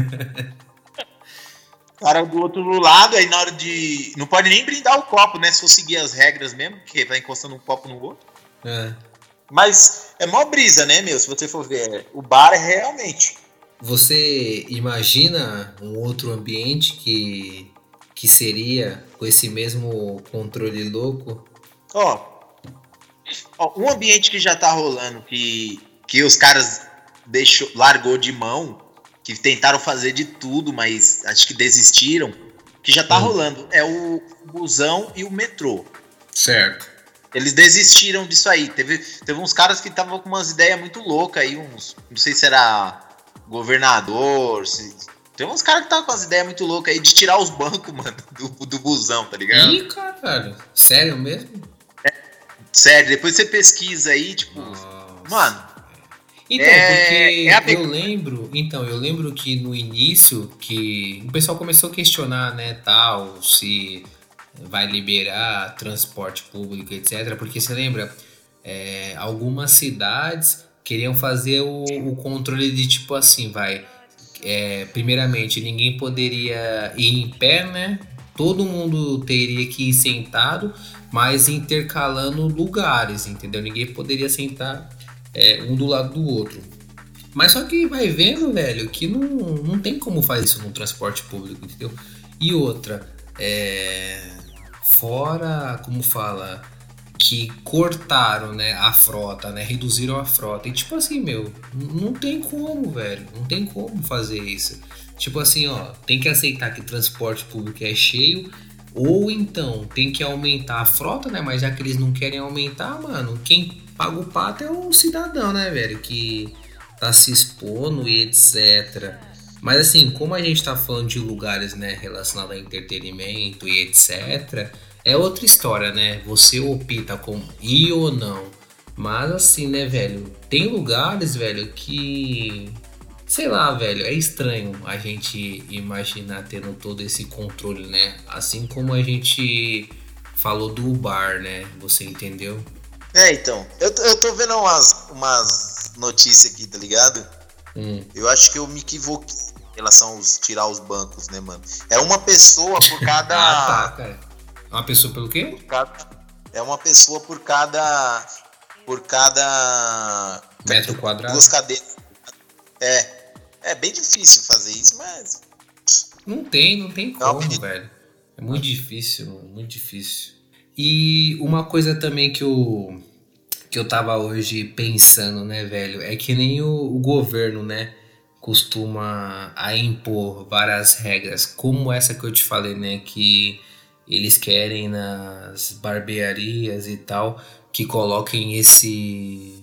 S3: Cara do outro lado, aí na hora de... Não pode nem brindar o copo, né? Se for seguir as regras mesmo, que vai encostando um copo no outro.
S2: É.
S3: Mas é mó brisa, né, meu? Se você for ver, o bar é realmente...
S2: Você imagina um outro ambiente que, que seria com esse mesmo controle louco?
S3: Ó... Ó, um ambiente que já tá rolando, que, que os caras deixou, largou de mão, que tentaram fazer de tudo, mas acho que desistiram, que já tá hum. rolando, é o busão e o metrô.
S2: Certo.
S3: Eles desistiram disso aí. Teve, teve uns caras que estavam com umas ideias muito loucas aí, uns, não sei se era governador, se, tem uns caras que estavam com as ideias muito loucas aí de tirar os bancos, mano, do, do busão, tá ligado?
S2: Ih, caralho, sério mesmo?
S3: Sério, depois você pesquisa aí, tipo, nossa. Mano.
S2: Então, é, porque é a... eu lembro, então, eu lembro que no início que o pessoal começou a questionar, né, tal, se vai liberar transporte público, etcétera. Porque você lembra, é, algumas cidades queriam fazer o, o controle de tipo assim, vai, é, primeiramente, ninguém poderia ir em pé, né? Todo mundo teria que ir sentado, mas intercalando lugares, entendeu? Ninguém poderia sentar é, um do lado do outro. Mas só que vai vendo, velho, que não, não tem como fazer isso no transporte público, entendeu? E outra, é, fora, como fala, que cortaram, né, a frota, né, reduziram a frota. E tipo assim, meu, não tem como, velho, não tem como fazer isso. Tipo assim, ó, tem que aceitar que transporte público é cheio, ou então tem que aumentar a frota, né? Mas já que eles não querem aumentar, mano, quem paga o pato é o cidadão, né, velho? Que tá se expondo e etcétera. Mas assim, como a gente tá falando de lugares, né, relacionados a entretenimento e etcétera, é outra história, né? Você opta com ir ou não. Mas assim, né, velho? Tem lugares, velho, que... Sei lá, velho, é estranho a gente imaginar tendo todo esse controle, né? Assim como a gente falou do bar, né? Você entendeu?
S3: É, então, eu, eu tô vendo umas, umas notícias aqui, tá ligado? Hum. Eu acho que eu me equivoquei em relação aos tirar os bancos, né, mano? É uma pessoa por cada...
S2: ah, tá, cara. Uma pessoa pelo quê?
S3: Por cada... É uma pessoa por cada... Por cada...
S2: Metro quadrado?
S3: Duas cadeiras. É. É bem difícil fazer isso, mas...
S2: Não tem, não tem como, não, velho. É muito difícil, muito difícil. E uma coisa também que eu, que eu tava hoje pensando, né, velho, é que nem o, o governo, né, costuma a impor várias regras, como essa que eu te falei, né, que eles querem nas barbearias e tal, que coloquem esse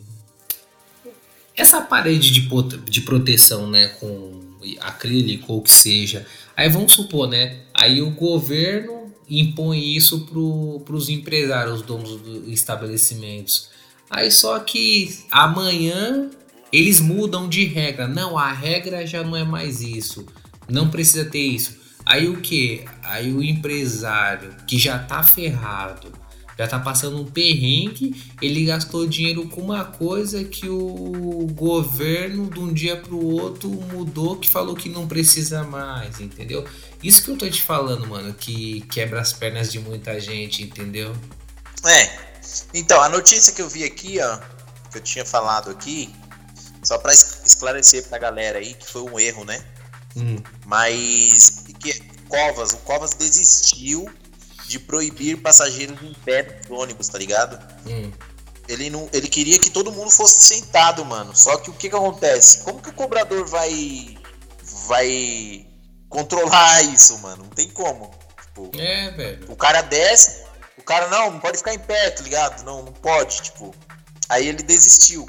S2: essa parede de, de proteção, né, com acrílico ou que seja. Aí vamos supor, né, aí o governo impõe isso para os empresários, os donos dos estabelecimentos. Aí só que amanhã eles mudam de regra. Não, a regra já não é mais isso. Não precisa ter isso. Aí o que? Aí o empresário que já tá ferrado, já tá passando um perrengue, ele gastou dinheiro com uma coisa que o governo de um dia pro outro mudou, que falou que não precisa mais, entendeu? Isso que eu tô te falando, mano, que quebra as pernas de muita gente, entendeu?
S3: É, então, a notícia que eu vi aqui, ó, que eu tinha falado aqui, só pra esclarecer pra galera aí, que foi um erro, né? Hum. Mas, que Covas, o Covas desistiu de proibir passageiros em pé no ônibus, tá ligado? Hum. Ele, não, ele queria que todo mundo fosse sentado, mano. Só que o que que acontece? Como que o cobrador vai vai controlar isso, mano? Não tem como. Tipo,
S2: é, velho.
S3: O cara desce, o cara não, não pode ficar em pé, tá ligado? Não, não pode, tipo. Aí ele desistiu.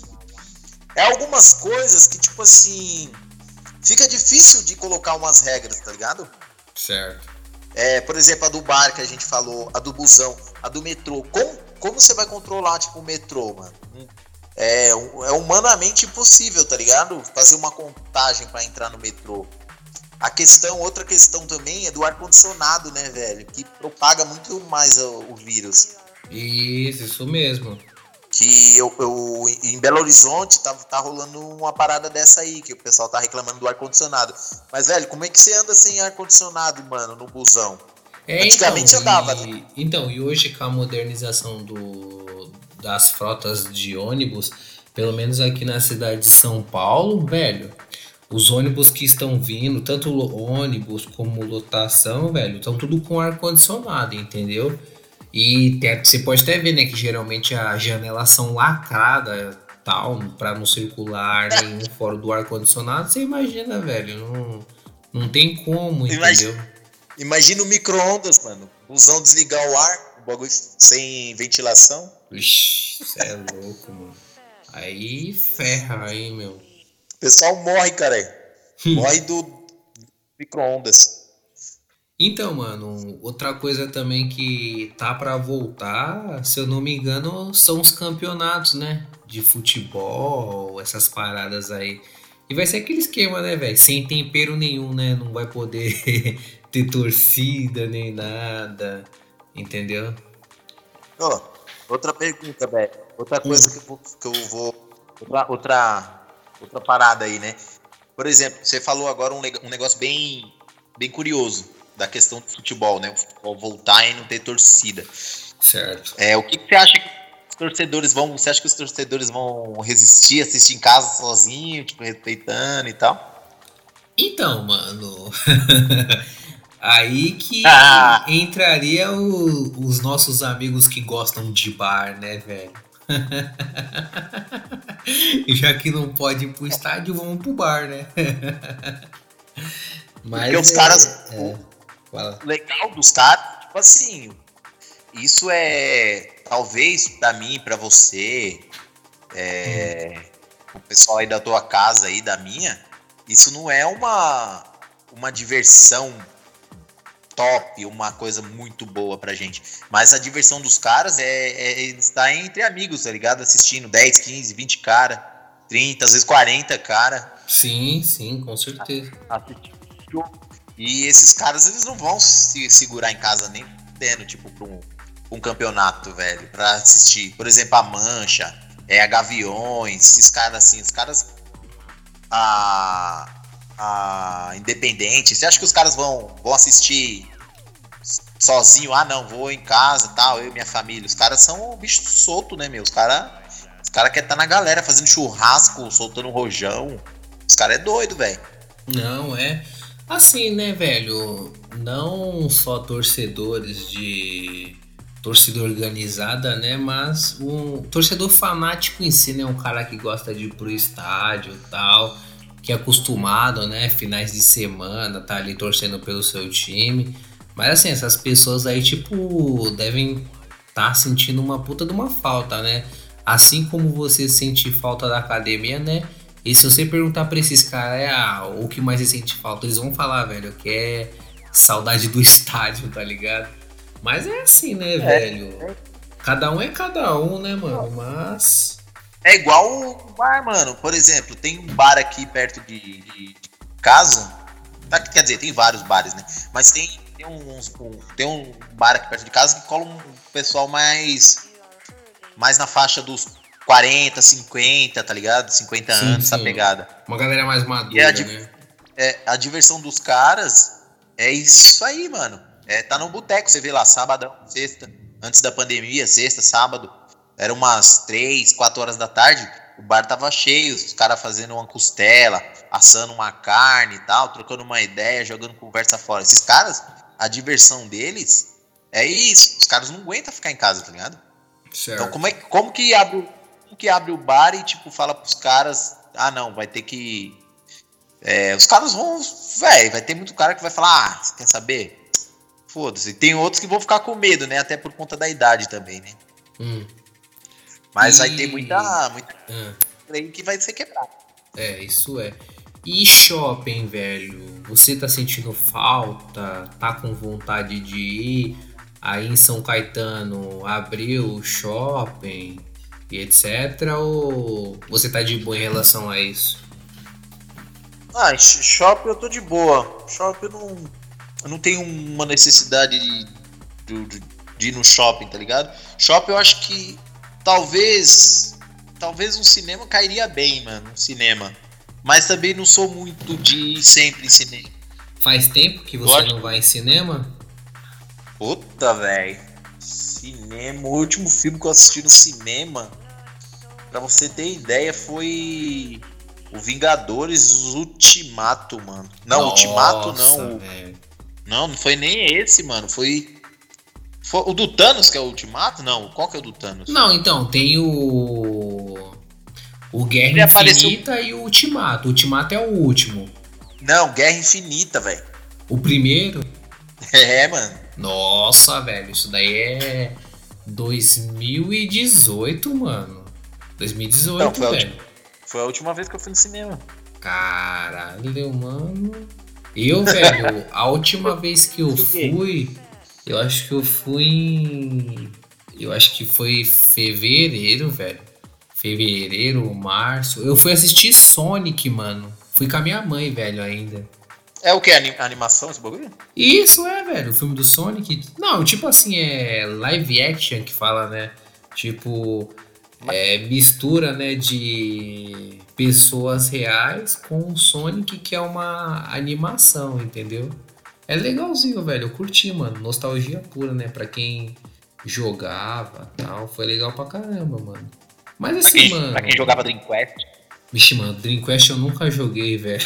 S3: É algumas coisas que, tipo assim, fica difícil de colocar umas regras, tá ligado?
S2: Certo.
S3: É, por exemplo, a do bar que a gente falou, a do busão, a do metrô. Como, como você vai controlar, tipo, o metrô, mano? É, é humanamente impossível, tá ligado? Fazer uma contagem pra entrar no metrô. A questão, outra questão também é do ar-condicionado, né, velho? Que propaga muito mais o, o vírus.
S2: Isso, isso mesmo.
S3: Que eu, eu, em Belo Horizonte tá, tá rolando uma parada dessa aí, que o pessoal tá reclamando do ar-condicionado. Mas, velho, como é que você anda sem ar-condicionado, mano, no busão?
S2: É,
S3: Antigamente
S2: então,
S3: andava.
S2: E,
S3: né?
S2: então, e hoje com a modernização do, das frotas de ônibus, pelo menos aqui na cidade de São Paulo, velho, os ônibus que estão vindo, tanto ônibus como lotação, velho, estão tudo com ar-condicionado, entendeu? E tem, você pode até ver, né, que geralmente as janelas são lacradas, tal, para não circular nenhum fora do ar-condicionado. Você imagina, velho, não, não tem como,
S3: imagina,
S2: entendeu?
S3: Imagina o micro-ondas, mano. O busão desligar o ar, o bagulho sem ventilação.
S2: Ixi, você é louco, mano. Aí ferra aí, meu.
S3: O pessoal morre, cara. Morre do micro-ondas.
S2: Então, mano, outra coisa também que tá pra voltar, se eu não me engano, são os campeonatos, né? De futebol, essas paradas aí. E vai ser aquele esquema, né, velho? Sem tempero nenhum, né? Não vai poder ter torcida nem nada, entendeu?
S3: Oh, outra pergunta, velho. Outra coisa hum. que, eu vou, que eu vou... Outra, outra, outra parada aí, né? Por exemplo, você falou agora um, um negócio bem, bem curioso. Da questão do futebol, né? O futebol voltar e não ter torcida.
S2: Certo.
S3: É, o que, que você acha que os torcedores vão... Você acha que os torcedores vão resistir, assistir em casa sozinho, tipo, respeitando e tal?
S2: Então, mano... aí que ah. entraria o, os nossos amigos que gostam de bar, né, velho? Já que não pode ir pro estádio, vamos pro bar, né? Mas
S3: porque os é, caras...
S2: É.
S3: O legal dos caras, tipo assim, isso é, talvez pra mim, pra você, é, hum. o pessoal aí da tua casa aí, da minha, isso não é uma, uma diversão top, uma coisa muito boa pra gente, mas a diversão dos caras é, é estar entre amigos, tá ligado? Assistindo dez, quinze, vinte cara, trinta, às vezes quarenta cara.
S2: Sim, sim, com certeza.
S3: Assistindo jogo. E esses caras, eles não vão se segurar em casa nem dentro, tipo, pra um, um campeonato, velho, pra assistir. Por exemplo, a Mancha, é, a Gaviões, esses caras assim, os caras... A, a Independente, você acha que os caras vão, vão assistir sozinho? Ah, não, vou em casa e tal, eu e minha família. Os caras são um bicho solto, né, meu? Os caras os cara querem estar na galera, fazendo churrasco, soltando rojão. Os caras é doido, velho.
S2: Não, é... Assim, né, velho, não só torcedores de torcida organizada, né, mas um torcedor fanático em si, né, um cara que gosta de ir pro estádio e tal, que é acostumado, né, finais de semana, tá ali torcendo pelo seu time. Mas assim, essas pessoas aí, tipo, devem tá sentindo uma puta de uma falta, né? Assim como você sente falta da academia, né? E se você perguntar pra esses caras, é, ah, o que mais você sente falta? Eles vão falar, velho, que é saudade do estádio, tá ligado? Mas é assim, né, é, velho? É. Cada um é cada um, né, mano? Mas...
S3: É igual o bar, mano. Por exemplo, tem um bar aqui perto de, de casa. Quer dizer, tem vários bares, né? Mas tem, tem, uns, um, tem um bar aqui perto de casa que cola um pessoal mais, mais na faixa dos quarenta, cinquenta, tá ligado? cinquenta sim, anos, sim. Essa pegada.
S2: Uma galera mais madura,
S3: a,
S2: né?
S3: É, a diversão dos caras é isso aí, mano. É, tá no boteco, você vê lá, sábado, sexta, antes da pandemia, sexta, sábado, eram umas três, quatro horas da tarde, o bar tava cheio, os caras fazendo uma costela, assando uma carne e tal, trocando uma ideia, jogando conversa fora. Esses caras, a diversão deles é isso, os caras não aguentam ficar em casa, tá ligado? Certo. Então como, é, como, que abre, como que abre o bar e tipo fala pros caras, ah não, vai ter que... É, os caras vão, velho, vai ter muito cara que vai falar, ah, você quer saber? Foda-se. Tem outros que vão ficar com medo, né? Até por conta da idade também, né?
S2: Hum.
S3: Mas
S2: e...
S3: vai ter muita, muita
S2: hum.
S3: aí que vai ser quebrado.
S2: É, isso é. E shopping, velho? Você tá sentindo falta? Tá com vontade de ir? Aí em São Caetano abriu o shopping e etcétera. Ou você tá de boa em relação a isso?
S3: Ah, shopping eu tô de boa. Shopping eu não, eu não tenho uma necessidade de, de, de ir no shopping, tá ligado? Shopping eu acho que talvez talvez um cinema cairia bem, mano, um cinema. Mas também não sou muito de ir sempre em cinema.
S2: Faz tempo que você Pode? não vai em cinema?
S3: Puta, velho. Cinema, o último filme que eu assisti no cinema, pra você ter ideia, foi... O Vingadores Ultimato, mano. Não, Nossa, Ultimato não. O... Não, não foi nem esse, mano. Foi... foi o do Thanos que é o Ultimato? Não, qual que é o do Thanos?
S2: Não, então, tem o... O Guerra Ele Infinita apareceu... e o Ultimato. O Ultimato é o último.
S3: Não, Guerra Infinita, velho.
S2: O primeiro?
S3: É, mano.
S2: Nossa, velho, isso daí é dois mil e dezoito, mano. dois mil e dezoito, não, foi velho.
S3: A Foi a última vez que eu fui no cinema.
S2: Caralho, mano. Eu, velho, a última vez que eu fui, eu acho que eu fui em... Eu acho que foi fevereiro, velho. Fevereiro, março. Eu fui assistir Sonic, mano. Fui com a minha mãe, velho, ainda.
S3: É o que? A animação, esse bagulho?
S2: Isso, é, velho. O filme do Sonic. Não, tipo assim, é live action que fala, né? Tipo... É, mistura, né, de pessoas reais com o Sonic, que é uma animação, entendeu? É legalzinho, velho, eu curti, mano, nostalgia pura, né, pra quem jogava e tal, foi legal pra caramba, mano. Mas assim,
S3: pra quem,
S2: mano...
S3: Pra quem jogava Dream Quest?
S2: Vixe, mano, Dream Quest eu nunca joguei, velho.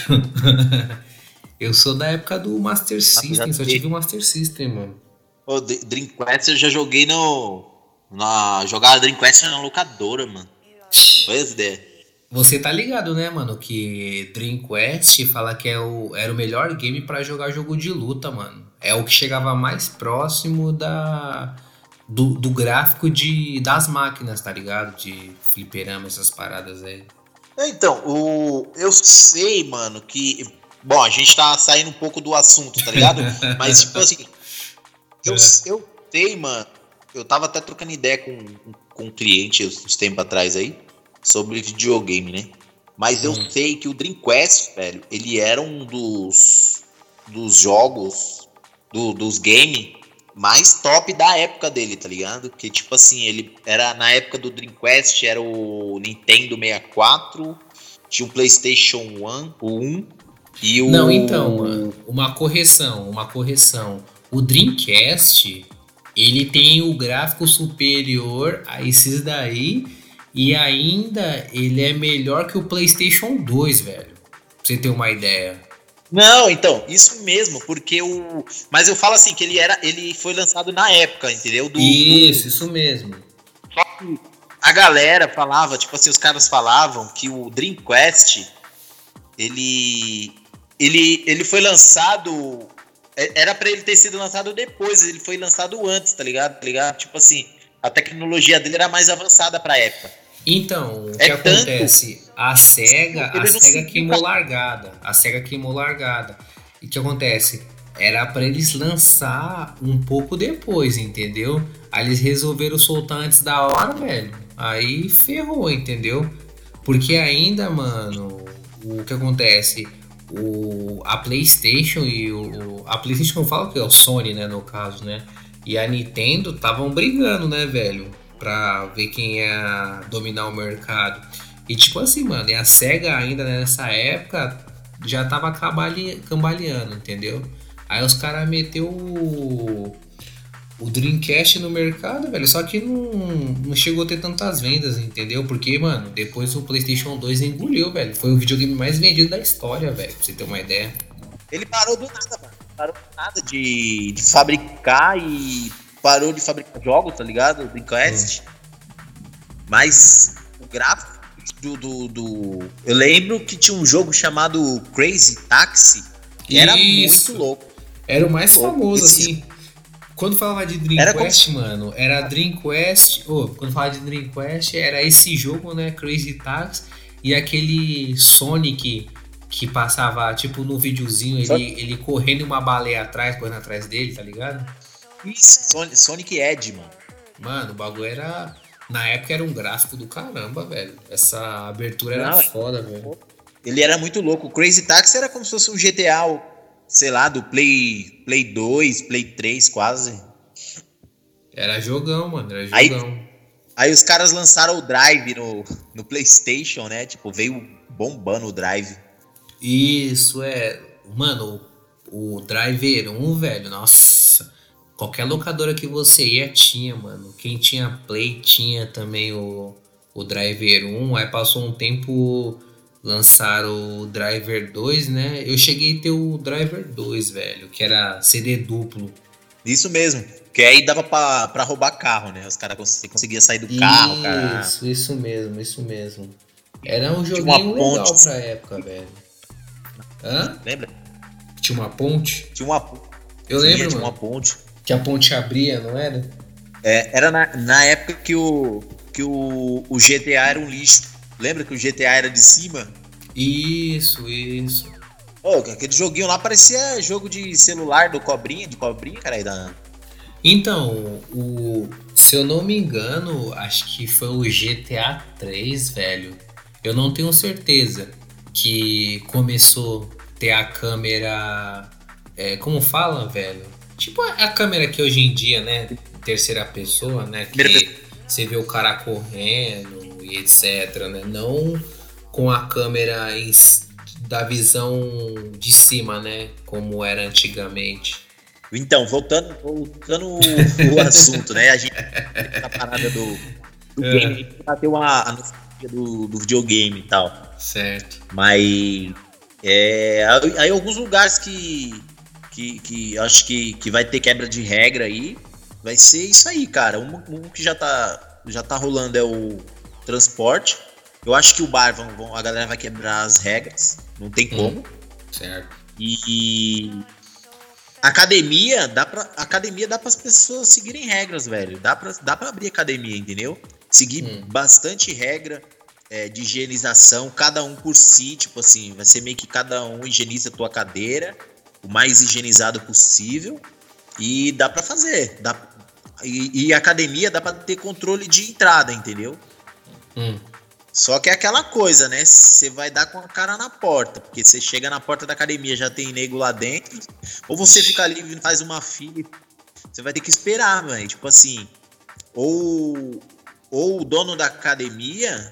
S2: Eu sou da época do Master System, ah, só tive o Master System, mano.
S3: Ô, Dream Quest eu já joguei no... Na jogada Dream Quest na locadora, mano. Pois é.
S2: Você tá ligado, né, mano? Que Dream Quest fala que é o, era o melhor game pra jogar jogo de luta, mano. É o que chegava mais próximo da, do, do gráfico de, das máquinas, tá ligado? De fliperama, essas paradas aí.
S3: Então, o, eu sei, mano, que... Bom, a gente tá saindo um pouco do assunto, tá ligado? Mas, tipo assim... Eu, eu sei, mano... Eu tava até trocando ideia com, com um cliente uns tempos atrás aí, sobre videogame, né? Mas eu hum. sei que o Dream Quest, velho, ele era um dos, dos jogos, do, dos games mais top da época dele, tá ligado? Que tipo assim, ele era na época do Dream Quest, era o Nintendo sessenta e quatro, tinha o PlayStation um, o um e o...
S2: Não, então, mano, uma correção, uma correção. O Dreamcast... Ele tem o gráfico superior a esses daí e ainda ele é melhor que o PlayStation dois, velho. Pra você ter uma ideia.
S3: Não, então, isso mesmo, porque o... Mas eu falo assim, que ele, era, ele foi lançado na época, entendeu? Do,
S2: isso,
S3: do...
S2: isso mesmo.
S3: Só que a galera falava, tipo assim, os caras falavam que o Dream Quest, ele, ele, ele foi lançado... Era pra ele ter sido lançado depois, ele foi lançado antes, tá ligado? Tá ligado? Tipo assim, a tecnologia dele era mais avançada pra época.
S2: Então, o
S3: É
S2: que
S3: tanto-
S2: acontece? A SEGA,
S3: Ele
S2: a
S3: não
S2: SEGA
S3: seguiu
S2: queimou
S3: o
S2: largada. A SEGA queimou largada. E o que acontece? Era pra eles lançar um pouco depois, entendeu? Aí eles resolveram soltar antes da hora, velho. Aí ferrou, entendeu? Porque ainda, mano, o que acontece? O, a PlayStation e o. A PlayStation eu falo que é o Sony, né, no caso, né? E a Nintendo estavam brigando, né, velho? Pra ver quem ia dominar o mercado. E tipo assim, mano, e a SEGA ainda nessa época já tava cabale- cambaleando, entendeu? Aí os caras meteu o, o Dreamcast no mercado, velho. Só que não, não chegou a ter tantas vendas, entendeu? Porque, mano, depois o PlayStation dois engoliu, velho. Foi o videogame mais vendido da história, velho. Pra você ter uma ideia.
S3: Ele parou do nada, mano. Parou do nada de, de fabricar e parou de fabricar jogos, tá ligado? Dreamcast. Mas o gráfico do, do, do- Eu lembro que tinha um jogo chamado Crazy Taxi, que era
S2: Isso.
S3: muito louco.
S2: Era o mais
S3: Louco.
S2: famoso,
S3: Esse-
S2: assim. Quando falava de
S3: Era
S2: Dreamcast, mano, era Dreamcast. Oh, quando falava de Dreamcast, era esse jogo, né? Crazy Taxi. E aquele Sonic que passava, tipo, no videozinho,
S3: Só-
S2: ele, ele correndo e uma baleia atrás, correndo atrás dele, tá ligado?
S3: Isso, Sonic, Sonic Edge, mano.
S2: Mano, o bagulho era. Na época era um gráfico do caramba, velho. Essa abertura era
S3: Não, é-
S2: foda, velho.
S3: Ele era muito louco. O Crazy Taxi era como se fosse um G T A, sei lá, do Play, Play dois, Play três quase.
S2: Era jogão, mano, era
S3: Aí-
S2: jogão.
S3: Aí os caras lançaram o Drive no, no PlayStation, né? Tipo, veio bombando o Drive.
S2: Isso, é. Mano, o, o Driver um, velho, nossa. Qualquer locadora que você ia tinha, mano. Quem tinha Play tinha também o, o Driver um. Aí passou um tempo, lançaram o Driver dois, né? Eu cheguei a ter o Driver dois, velho, que era C D duplo.
S3: Isso mesmo. Que aí dava pra, pra roubar carro, né? Os caras cons- conseguiam sair do carro, cara.
S2: Isso, isso mesmo, isso mesmo. Era um
S3: Tinha
S2: joguinho
S3: uma
S2: legal
S3: ponte.
S2: pra época, velho. Hã?
S3: Lembra?
S2: Tinha uma ponte?
S3: Tinha uma,
S2: Eu
S3: tinha,
S2: lembro,
S3: tinha
S2: mano.
S3: uma ponte.
S2: Que a ponte abria, não era?
S3: É, era na, na época que, o, que o, o G T A era um lixo. Lembra que o G T A era de cima?
S2: Isso, isso.
S3: Ô, aquele joguinho lá parecia jogo de celular do Cobrinha, de Cobrinha, cara. Aí da...
S2: Então, o, se eu não me engano, acho que foi o G T A três, velho. Eu não tenho certeza que começou a ter a câmera. É, como fala, velho? Tipo a, a câmera que hoje em dia, né? Terceira pessoa, né?
S3: Primeira
S2: Que você vê o cara correndo e etc, né? Não com a câmera em s- da visão de cima, né? Como era antigamente.
S3: Então, voltando, voltando o, o assunto, né? A gente tá parada do, do
S2: É.
S3: game, pra ter uma a nostalgia do, do videogame e tal.
S2: Certo.
S3: Mas é, aí, aí alguns lugares que, que, que eu acho que, que vai ter quebra de regra aí, vai ser isso aí, cara. Um, um que já tá, já tá rolando é o transporte. Eu acho que o bar, vão, vão- a galera vai quebrar as regras, não tem como.
S2: Certo.
S3: E academia, dá pra, academia dá para as pessoas seguirem regras, velho. Dá pra, dá pra abrir academia, entendeu? Seguir
S2: Hum.
S3: bastante regra é, de higienização, cada um por si, tipo assim, vai ser meio que cada um higieniza a tua cadeira, o mais higienizado possível. E dá pra fazer. Dá, e, e academia dá pra ter controle de entrada, entendeu?
S2: Hum.
S3: Só que é aquela coisa, né? Você vai dar com a cara na porta, porque você chega na porta da academia, já tem nego lá dentro, ou você
S2: Ixi.
S3: fica ali e faz uma fila, você vai ter que esperar, velho. Tipo assim, ou, ou o dono da academia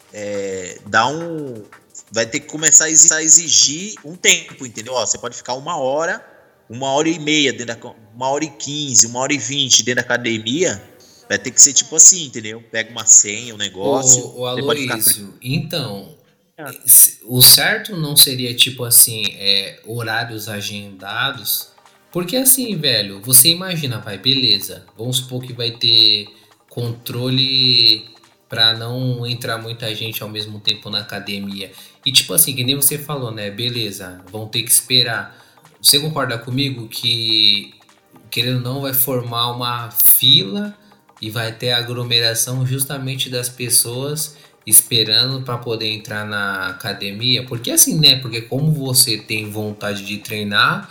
S3: é, dá um. Vai ter que começar a exi- a exigir um tempo, entendeu? Ó, você pode ficar uma hora, uma hora e meia, dentro da, uma hora e quinze, uma hora e vinte dentro da academia. Vai ter que ser tipo assim, entendeu? Pega uma senha, um negócio.
S2: O, o
S3: você pode ficar
S2: Aloysio, então,
S3: Ah.
S2: se- o certo não seria tipo assim, é, horários agendados? Porque assim, velho, você imagina, vai, beleza, vamos supor que vai ter controle pra não entrar muita gente ao mesmo tempo na academia. E tipo assim, que nem você falou, né, beleza, vão ter que esperar. Você concorda comigo que, querendo ou não, vai formar uma fila e vai ter aglomeração justamente das pessoas esperando para poder entrar na academia. Porque assim, né? Porque como você tem vontade de treinar,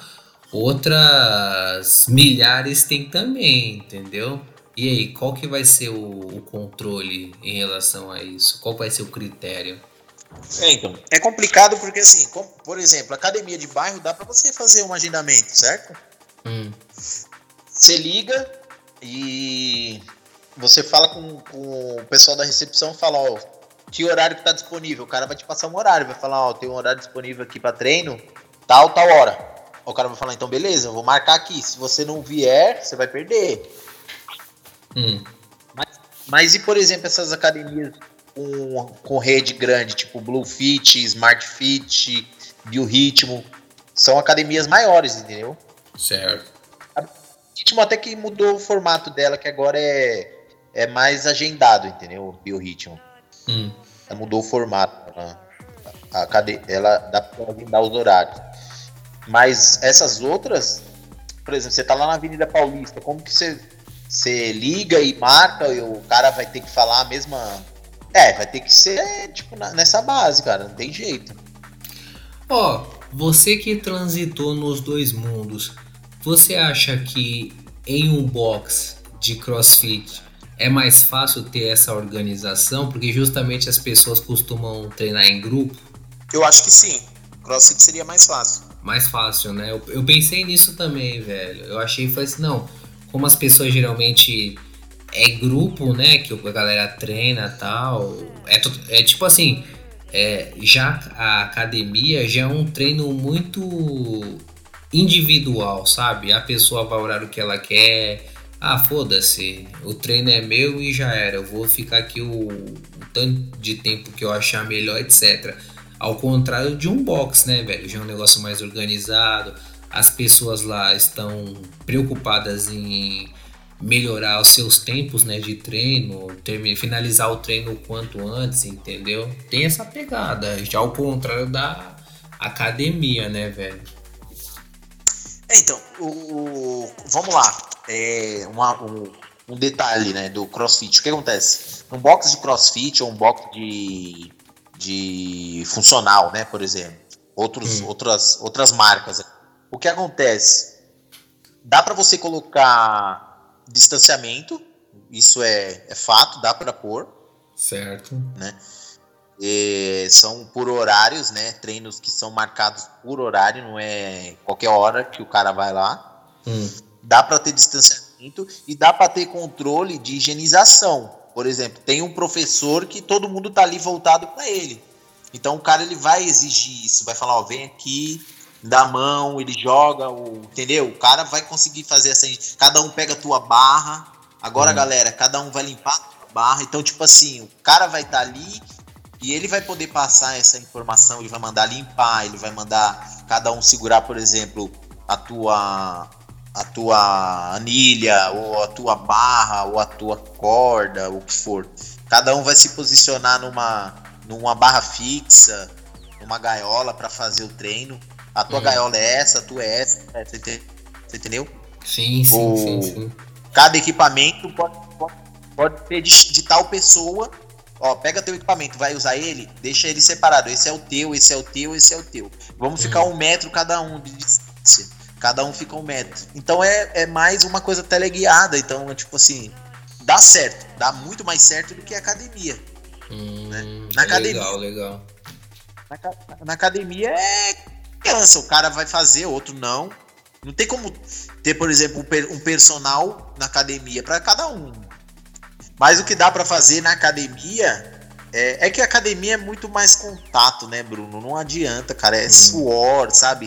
S2: outras milhares tem também, entendeu? E aí, qual que vai ser o, o controle em relação a isso? Qual vai ser o critério?
S3: É, então, é complicado porque assim, como, por exemplo, academia de bairro dá pra você fazer um agendamento, certo?
S2: Hum.
S3: Você liga e você fala com, com o pessoal da recepção, fala, ó, que horário que tá disponível. O cara vai te passar um horário, vai falar, ó, tem um horário disponível aqui pra treino, tal, tal hora. O cara vai falar, então beleza, eu vou marcar aqui. Se você não vier, você vai perder.
S2: Hum.
S3: Mas, mas e, por exemplo, essas academias com, com rede grande, tipo Blue Fit, Smart Fit, Biorritmo, são academias maiores, entendeu?
S2: Certo.
S3: A Biorritmo até que mudou o formato dela, que agora é, é mais agendado, entendeu? Biorritmo.
S2: Hum.
S3: Ela mudou o formato. Ela, a cade... ela dá pra agendar os horários. Mas essas outras, por exemplo, você tá lá na Avenida Paulista, como que você, você liga e marca e o cara vai ter que falar a mesma... É, vai ter que ser tipo nessa base, cara, não tem jeito.
S2: Ó, oh, você que transitou nos dois mundos, você acha que em um box de CrossFit é mais fácil ter essa organização? Porque justamente as pessoas costumam treinar em grupo?
S3: Eu acho que sim, CrossFit seria mais fácil.
S2: Mais fácil, né? Eu, eu pensei nisso também, velho. Eu achei, falei assim, não, como as pessoas geralmente é grupo, né, que a galera treina e tal, é, é tipo assim, é, já a academia já é um treino muito individual, sabe? A pessoa vai orar o que ela quer, ah, foda-se, o treino é meu e já era, eu vou ficar aqui o, o tanto de tempo que eu achar melhor, etcétera. Ao contrário de um box, né, velho? Já é um negócio mais organizado. As pessoas lá estão preocupadas em melhorar os seus tempos, né, de treino, terminar, finalizar o treino o quanto antes, entendeu? Tem essa pegada, já ao contrário da academia, né, velho?
S3: É, então, o, o, vamos lá. É uma, um, um detalhe, né, do CrossFit. O que acontece? Um box de CrossFit ou um box de... de funcional, né, por exemplo, outros, hum. outras, outras marcas. O que acontece? Dá para você colocar distanciamento, isso é, é fato, dá para pôr.
S2: Certo.
S3: Né? E são por horários, né, treinos que são marcados por horário, não é qualquer hora que o cara vai lá.
S2: Hum.
S3: Dá para ter distanciamento e dá para ter controle de higienização. Por exemplo, tem um professor que todo mundo tá ali voltado para ele. Então o cara ele vai exigir isso, vai falar, ó, vem aqui, dá a mão, ele joga, o, entendeu? O cara vai conseguir fazer essa... Cada um pega a tua barra. Agora, hum. galera, cada um vai limpar a tua barra. Então, tipo assim, o cara vai estar tá ali e ele vai poder passar essa informação, ele vai mandar limpar, ele vai mandar cada um segurar, por exemplo, a tua... a tua anilha, ou a tua barra, ou a tua corda, o que for. Cada um vai se posicionar numa, numa barra fixa, numa gaiola para fazer o treino. A tua hum. gaiola é essa, a tua é essa, você entendeu?
S2: Sim, sim, o, sim, sim.
S3: Cada equipamento pode, pode, pode ser de, de tal pessoa. Ó, pega teu equipamento, vai usar ele, deixa ele separado. Esse é o teu, esse é o teu, esse é o teu. Vamos hum. ficar um metro cada um de distância. Cada um fica um metro. Então é, é mais uma coisa teleguiada. Então, é tipo assim, dá certo. Dá muito mais certo do que a academia.
S2: Hum,
S3: né? Na academia.
S2: Legal, legal.
S3: Na, na academia é criança. O cara vai fazer, outro não. Não tem como ter, por exemplo, um personal na academia para cada um. Mas o que dá para fazer na academia é, é que a academia é muito mais contato, né, Bruno? Não adianta, cara. É hum. suor, sabe?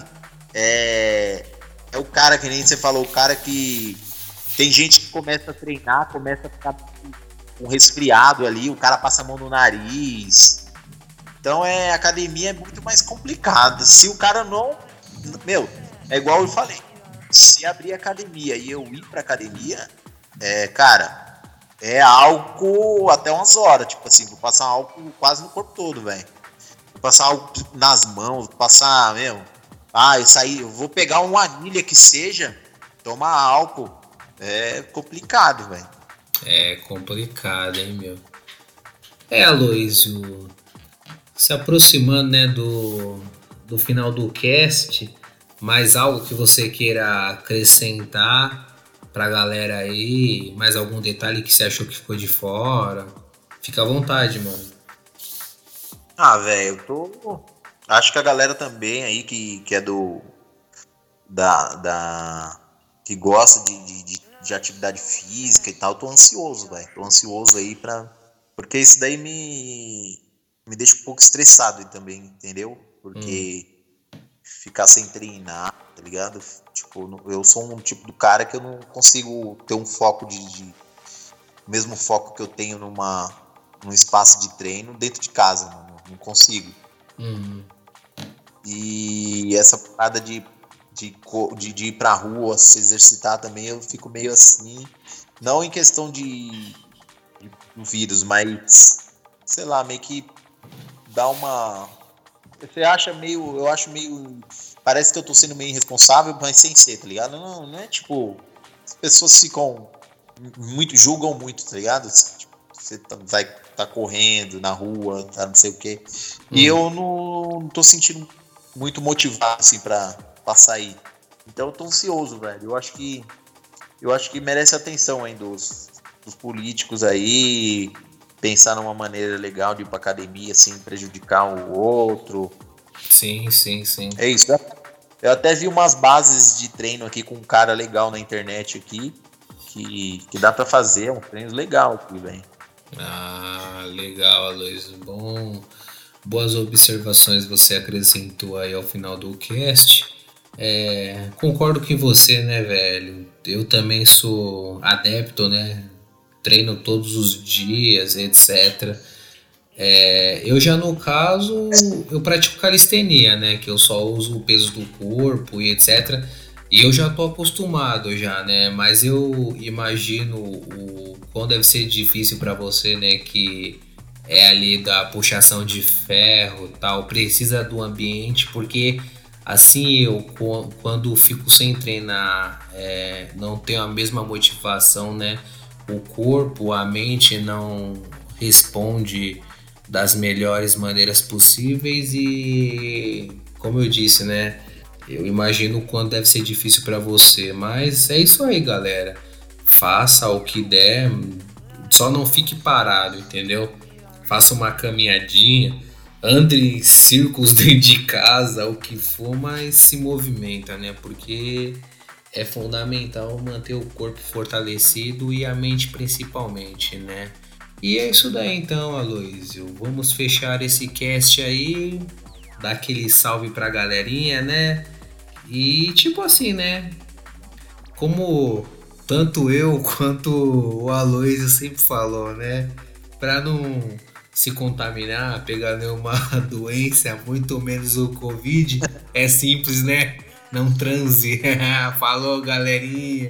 S3: É... É o cara, que nem você falou, o cara que... Tem gente que começa a treinar, começa a ficar com resfriado ali, o cara passa a mão no nariz. Então, é, a academia é muito mais complicada. Se o cara não... Meu, é igual eu falei. Se abrir academia e eu ir pra academia, é, cara, é álcool até umas horas. Tipo assim, vou passar álcool quase no corpo todo, velho. Vou passar álcool nas mãos, vou passar, meu... Ah, isso aí, eu vou pegar uma anilha que seja, tomar álcool. É complicado, velho.
S2: É complicado, hein, meu? É, Aloysio, se aproximando, né, do, do final do cast, mais algo que você queira acrescentar pra galera aí, mais algum detalhe que você achou que ficou de fora? Fica à vontade, mano.
S3: Ah, velho, eu tô. Acho que a galera também aí que, que é do. Da. da que gosta de, de, de, de atividade física e tal, tô ansioso, velho. Tô ansioso aí pra. Porque isso daí me. Me deixa um pouco estressado também, entendeu? Porque hum. ficar sem treinar, tá ligado? Tipo, eu sou um tipo do cara que eu não consigo ter um foco de. de mesmo foco que eu tenho numa, num espaço de treino dentro de casa, mano. Não consigo. Uhum. E essa parada de, de, de, de ir pra rua, se exercitar também, eu fico meio assim. Não em questão de, de vírus, mas sei lá, meio que dá uma. Você acha meio. Eu acho meio. Parece que eu tô sendo meio irresponsável, mas sem ser, tá ligado? Não, não é tipo. As pessoas ficam. Muito, julgam muito, tá ligado? Tipo, você vai. Tá correndo na rua, tá não sei o quê. E hum. eu não, não tô sentindo muito motivado, assim, pra, pra sair. Então eu tô ansioso, velho. Eu acho que eu acho que merece atenção aí dos, dos políticos aí, pensar numa maneira legal de ir pra academia, sem prejudicar o outro.
S2: Sim, sim, sim.
S3: É isso. Eu até vi umas bases de treino aqui com um cara legal na internet aqui, que, que dá pra fazer, é um treino legal aqui, velho.
S2: Ah, legal, Aloysio. Bom, boas observações você acrescentou aí ao final do cast. É, concordo com você, né, velho? Eu também sou adepto, né? Treino todos os dias, etcétera. É, eu já no caso, eu pratico calistenia, né? Que eu só uso o peso do corpo e etcétera. E eu já tô acostumado já, né? Mas eu imagino o quão deve ser difícil para você, né? Que é ali da puxação de ferro, tal, precisa do ambiente, porque assim eu quando fico sem treinar, é, não tenho a mesma motivação, né? O corpo, a mente não responde das melhores maneiras possíveis e, como eu disse, né? Eu imagino o quanto deve ser difícil para você, mas é isso aí, galera. Faça o que der, só não fique parado, entendeu? Faça uma caminhadinha, ande em círculos dentro de casa, o que for, mas se movimenta, né? Porque é fundamental manter o corpo fortalecido e a mente principalmente, né? E é isso daí então, Aloysio. Vamos fechar esse cast aí, dar aquele salve pra galerinha, né? E tipo assim, né? Como tanto eu quanto o Aloysio sempre falou, né? Pra não se contaminar, pegar nenhuma doença, muito menos o Covid, é simples, né? Não transe. Falou, galerinha.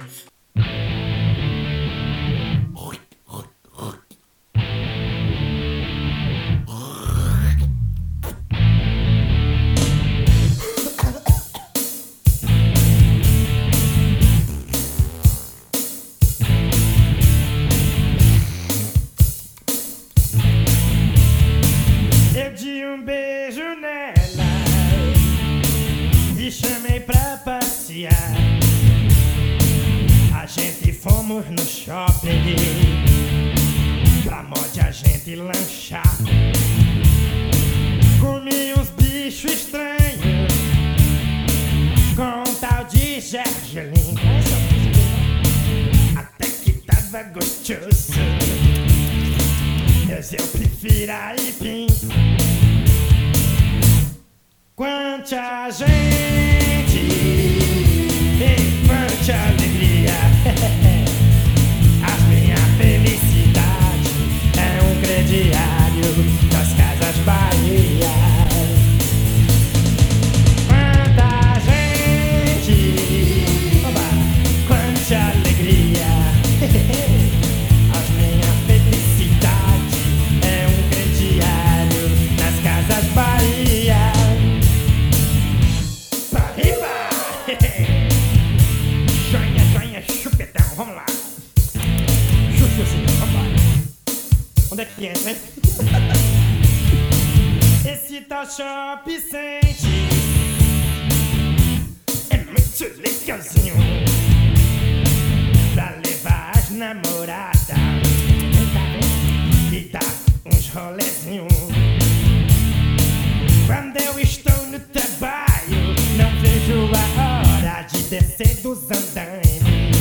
S4: A gente fomos no shopping pra mod a gente lanchar. Comi uns bichos estranhos com um tal de gergelim. Até que tava gostoso, mas eu prefiro aipim. Quanta gente e quanta alegria. A minha felicidade é um crediário das Casas Bahia. Quanta gente, oba, quanta alegria. A minha felicidade é um crediário nas Casas Bahia. Joinha, joinha, chupetão, vamos lá. Shop sente. É muito legalzinho pra levar as namoradas e dar uns rolezinhos. Quando eu estou no trabalho, não vejo a hora de descer dos andaimes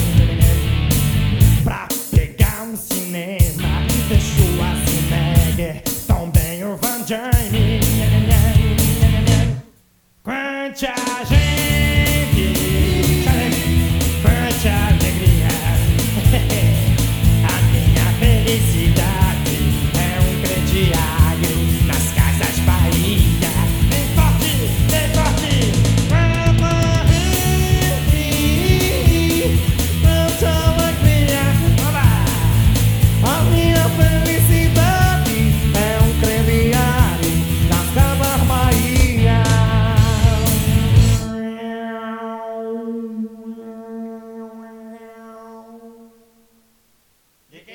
S4: pra pegar um cinema. Deixo a Cinegger, também o Van Jane. Quanta gente